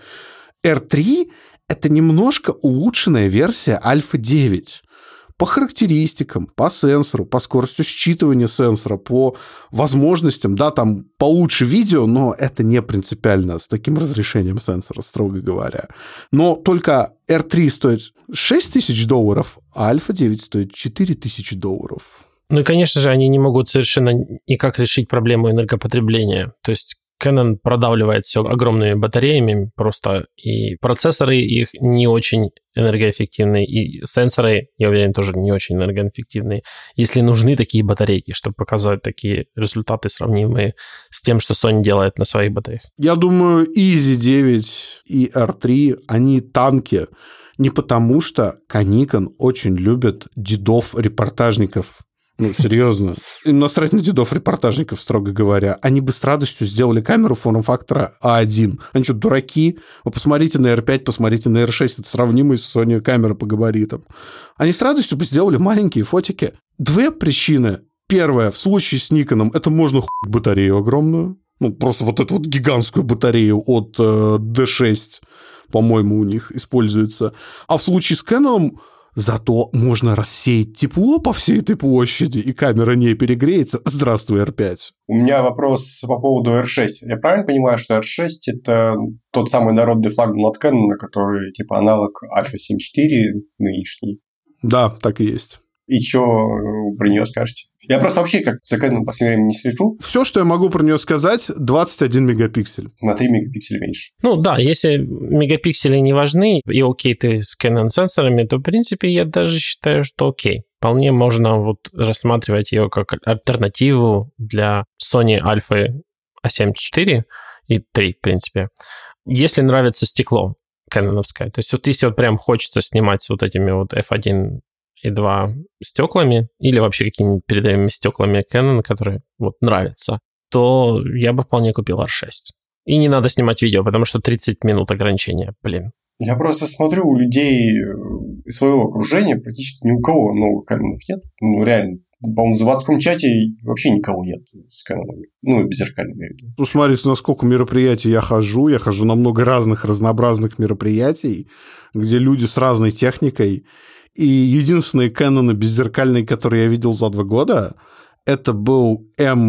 R3 это немножко улучшенная версия Alpha 9. По характеристикам, по сенсору, по скорости считывания сенсора, по возможностям, да, там получше видео, но это не принципиально с таким разрешением сенсора, строго говоря. Но только R3 стоит $6000, а Alpha 9 стоит $4000. Ну и, конечно же, они не могут совершенно никак решить проблему энергопотребления. То есть Canon продавливает все огромными батареями просто, и процессоры их не очень энергоэффективные, и сенсоры, я уверен, тоже не очень энергоэффективные. Если нужны такие батарейки, чтобы показать такие результаты, сравнимые с тем, что Sony делает на своих батареях. Я думаю, Easy 9 и R3, они танки не потому, что Canon очень любят дедов-репортажников. Ну, серьезно. Им насрать на дедов-репортажников, строго говоря. Они бы с радостью сделали камеру форм-фактора А1. Они что, дураки? Вы посмотрите на R5, посмотрите на R6. Это сравнимые с Sony камеры по габаритам. Они с радостью бы сделали маленькие фотики. 2 причины. Первая, в случае с Никоном, это можно хуй батарею огромную. Ну, просто вот эту вот гигантскую батарею от D6, по-моему, у них используется. А в случае с Canon... Зато можно рассеять тепло по всей этой площади, и камера не перегреется. Здравствуй, R5. У меня вопрос по поводу R6. Я правильно понимаю, что R6 – это тот самый народный флагман от Canon, который типа аналог Alpha 7 IV нынешний? Да, так и есть. И что про нее скажете? Я просто вообще как за Canon в последнее время не слежу. Все, что я могу про нее сказать, 21 мегапиксель. На 3 мегапикселя меньше. Ну да, если мегапиксели не важны, и окей ты с Canon сенсорами, то, в принципе, я даже считаю, что окей. Вполне можно вот рассматривать ее как альтернативу для Sony Alpha A7 IV и 3, в принципе. Если нравится стекло кэноновское, то есть вот если вот прям хочется снимать с вот этими вот F1 и 2 стеклами или вообще какими-нибудь передовыми стеклами Canon, которые вот нравятся, то я бы вполне купил R6. И не надо снимать видео, потому что 30 минут ограничения, блин. Я просто смотрю, у людей своего окружения практически ни у кого новых Canon'ов нет. Ну, реально. По-моему, в заводском чате вообще никого нет с Canon'ами. Ну, беззеркальными, имею в виду. Ну, смотрите, на сколько мероприятий я хожу. Я хожу на много разных, разнообразных мероприятий, где люди с разной техникой. И единственные Canon беззеркальные, которые я видел за 2 года, это был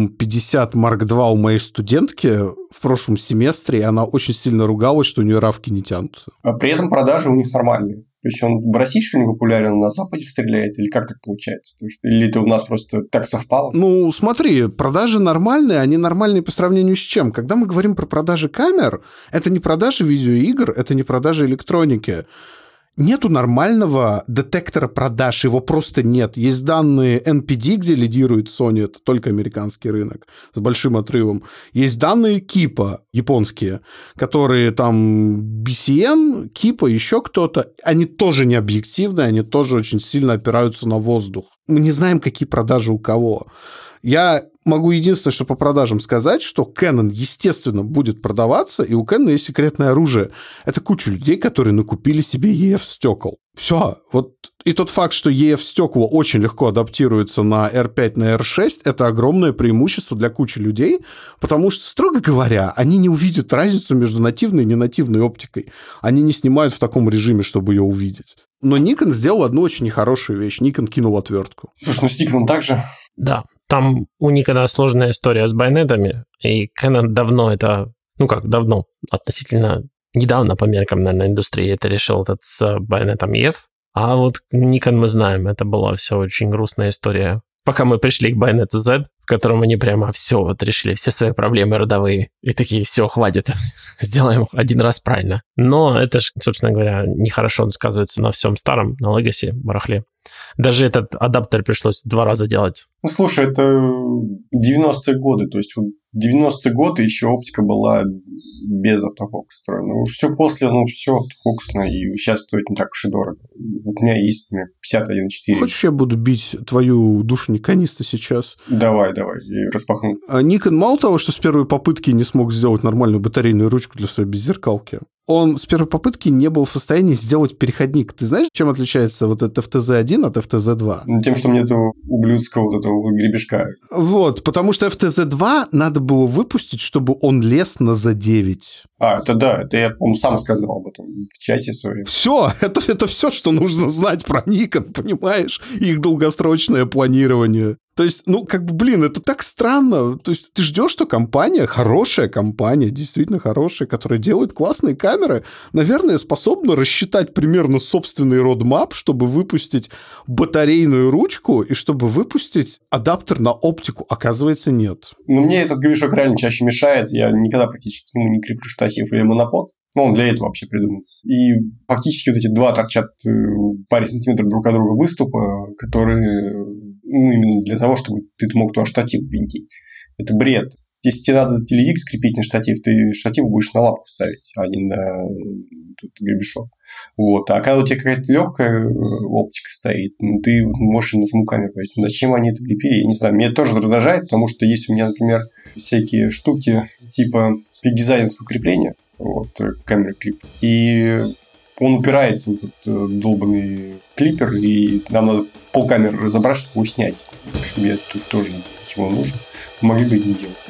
M50 Mark II у моей студентки в прошлом семестре, и она очень сильно ругалась, что у нее равки не тянутся. А при этом продажи у них нормальные. То есть он в России, что ли, не популярен, на Западе стреляет? Или как так получается? То есть, или это у нас просто так совпало? Ну, смотри, продажи нормальные, они нормальные по сравнению с чем? Когда мы говорим про продажи камер, это не продажи видеоигр, это не продажи электроники. Нету нормального детектора продаж, его просто нет. Есть данные NPD, где лидирует Sony, это только американский рынок, с большим отрывом. Есть данные Кипа, японские, которые там BCN, Кипа, еще кто-то, они тоже не объективные, они тоже очень сильно опираются на воздух. Мы не знаем, какие продажи у кого. Я могу единственное, что по продажам сказать, что Canon, естественно, будет продаваться, и у Canon есть секретное оружие. Это куча людей, которые накупили себе EF-стекол. Все. Вот и тот факт, что EF-стекла очень легко адаптируются на R5, на R6, это огромное преимущество для кучи людей, потому что, строго говоря, они не увидят разницу между нативной и ненативной оптикой. Они не снимают в таком режиме, чтобы ее увидеть. Но Nikon сделал одну очень нехорошую вещь. Nikon кинул отвертку. Слушай, ну с Nikon так же. Да, там у Никона сложная история с байонетами, и Canon давно это, ну как давно, относительно недавно по меркам, наверное, индустрии это решил этот с байонетом EF, а вот Nikon мы знаем, это была все очень грустная история. Пока мы пришли к байонету Z, в котором они прямо все вот решили, все свои проблемы родовые, и такие, все, хватит, сделаем один раз правильно. Но это же, собственно говоря, нехорошо сказывается на всем старом, на Legacy барахле. Даже этот адаптер пришлось 2 раза делать. Ну, слушай, это 90-е годы, то есть вот 90-е годы еще оптика была без автофокуса строена. Ну, все после, все автофокусно, и сейчас стоит не так уж и дорого. Вот у меня есть, например, 51.4. Хочешь, я буду бить твою душу никониста сейчас? Давай, и распахну. Nikon мало того, что с первой попытки не смог сделать нормальную батарейную ручку для своей беззеркалки, он с первой попытки не был в состоянии сделать переходник. Ты знаешь, чем отличается вот этот FTZ-1 от FTZ-2? Тем, что нету ублюдского вот этого гребешка. Вот, потому что FTZ-2 надо было выпустить, чтобы он лез на Z9. Это да, это я, по-моему, сам сказал об этом в чате своем. Все, это все, что нужно знать про Nikon, понимаешь? Их долгосрочное планирование. То есть, это так странно. То есть, ты ждешь, что компания, хорошая компания, действительно хорошая, которая делает классные камеры, наверное, способна рассчитать примерно собственный родмап, чтобы выпустить батарейную ручку и чтобы выпустить адаптер на оптику. Оказывается, нет. Мне этот гребешок реально чаще мешает. Я никогда практически к нему не креплю штатив или монопод. Он для этого вообще придуман. И фактически вот эти 2 торчат паре сантиметров друг от друга выступа, которые именно для того, чтобы ты мог туда штатив ввинтить. Это бред. Если тебе надо телевик скрепить на штатив, ты штатив будешь на лапку ставить, а не на гребешок. Вот. А когда у тебя какая-то легкая оптика стоит, ты можешь на саму камеру повесить. Зачем они это влепили? Я не знаю. Меня это тоже раздражает, потому что есть у меня, например, всякие штуки типа пик-дизайнерского крепления. Вот, камера клип. И он упирается в этот долбанный клипер, и нам надо полкамеры разобрать, чтобы его снять. В общем, я тут тоже ничего нужно. Могли бы и не делать.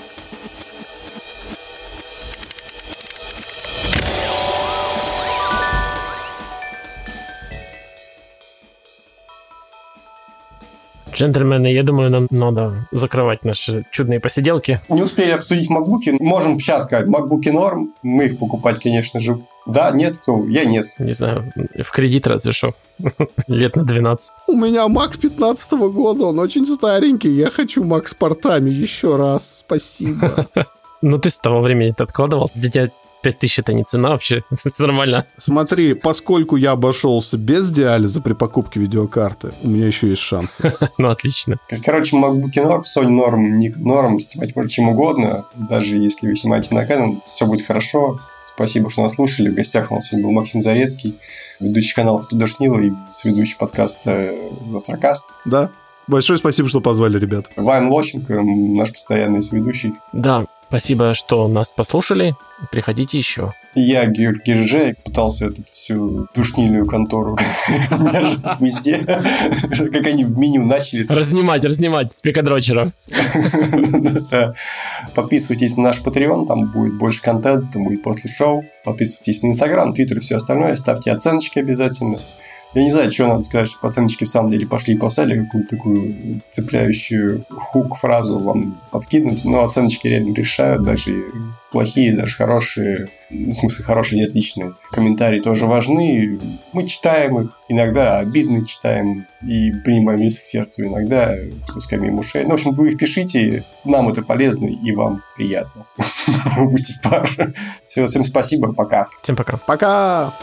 Джентльмены, я думаю, нам надо закрывать наши чудные посиделки. Не успели обсудить макбуки. Можем сейчас сказать, макбуки норм. Мы их покупать, конечно же. Да, нет, кто? Я нет. Не знаю, в кредит разве что. Лет на 12. У меня Mac 15 года, он очень старенький. Я хочу Mac с портами еще раз. Спасибо. Ну, ты с того времени откладывал. Для тебя 5000 это не цена вообще. Это нормально. Смотри, поскольку я обошелся без диализа при покупке видеокарты, у меня еще есть шансы. Ну, отлично. Короче, макбуки норм, Sony норм, Ник норм, снимать можно чем угодно. Даже если вы снимаете на Canon, все будет хорошо. Спасибо, что нас слушали. В гостях у нас сегодня был Максим Зарецкий, ведущий канала «Тудошнило» и ведущий подкаста «Завтракаст». Да. Большое спасибо, что позвали, ребят. Вайн Лощенко, наш постоянный соведущий. Да, спасибо, что нас послушали. Приходите еще. Я, Георгий Рыжей, пытался эту всю душнильную контору держать везде, как они в меню начали. Разнимать спикадрочеров. Подписывайтесь на наш Patreon, там будет больше контента, будет после шоу. Подписывайтесь на Instagram, Twitter и все остальное. Ставьте оценочки обязательно. Я не знаю, что надо сказать, чтобы оценочки в самом деле пошли и поставили какую-то такую цепляющую хук-фразу вам подкинуть, но оценочки реально решают, даже плохие, даже хорошие, в смысле хорошие, не отличные. Комментарии тоже важны, мы читаем их, иногда обидно читаем и принимаем близко к сердцу, иногда пускаем мимо ушей. Ну, в общем, вы их пишите, нам это полезно и вам приятно выпустить пар. Все, всем спасибо, пока. Всем пока. Пока!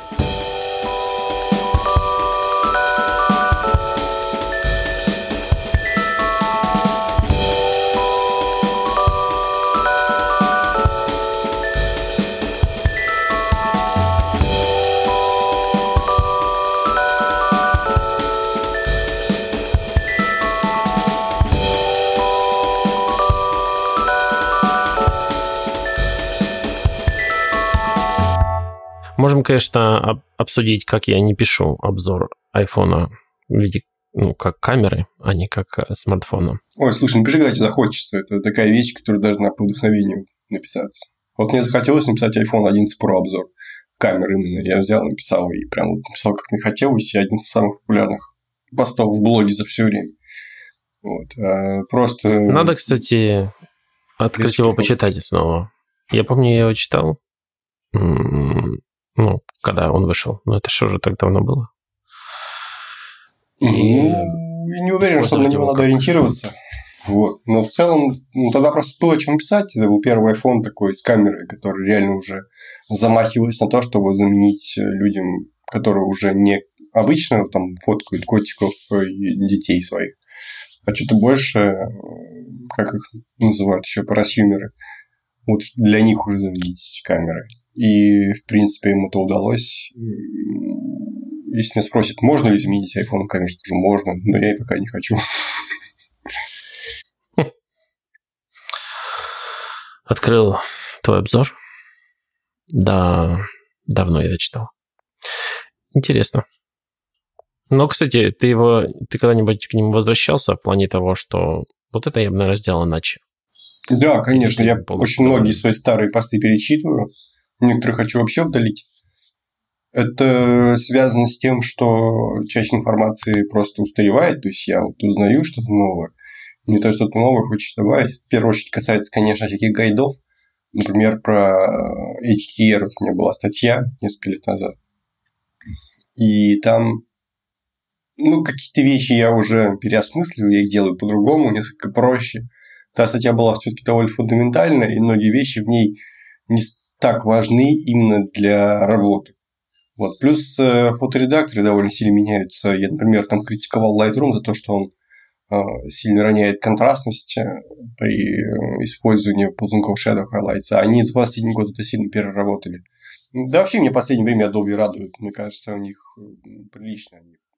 Можем, конечно, обсудить, как я не пишу обзор айфона в виде, как камеры, а не как смартфона. Ой, слушай, напиши, когда тебе захочется. Это такая вещь, которая должна по вдохновению написаться. Вот мне захотелось написать iPhone 11 Pro обзор. Камеры именно. Я взял, написал и прям вот написал, как мне хотелось. И один из самых популярных постов в блоге за все время. Вот. Просто... Надо, кстати, открыть его, почитать снова. Я помню, я его читал. Когда он вышел. Но это что же так давно было? Я не уверен, что на него надо ориентироваться. Вот. Но в целом, тогда просто было о чем писать. Это был первый iPhone такой с камерой, который реально уже замахивался на то, чтобы заменить людям, которые уже не обычно там фоткают котиков и детей своих, а что-то больше, как их называют еще, просюмеры. Вот для них уже заменить камеры. И, в принципе, им это удалось. Если меня спросят, можно ли заменить iPhone камеру, скажу, можно, но я и пока не хочу. Открыл твой обзор. Да, давно я читал. Интересно. Но, кстати, ты когда-нибудь к нему возвращался в плане того, что вот это я бы, наверное, сделал иначе? Да, конечно. Я очень многие свои старые посты перечитываю. Некоторые хочу вообще удалить. Это связано с тем, что часть информации просто устаревает. То есть, я вот узнаю что-то новое. Мне то что-то новое хочется добавить. В первую очередь касается, конечно, всяких гайдов. Например, про HDR. У меня была статья несколько лет назад. И там какие-то вещи я уже переосмыслил. Я их делаю по-другому, несколько проще. Та статья была все-таки довольно фундаментальная, и многие вещи в ней не так важны именно для работы. Вот. Плюс фоторедакторы довольно сильно меняются. Я, например, там критиковал Lightroom за то, что он сильно роняет контрастность при использовании ползунков Shadow Highlights. А они за последний год это сильно переработали. Да вообще мне в последнее время Adobe радует. Мне кажется, у них прилично они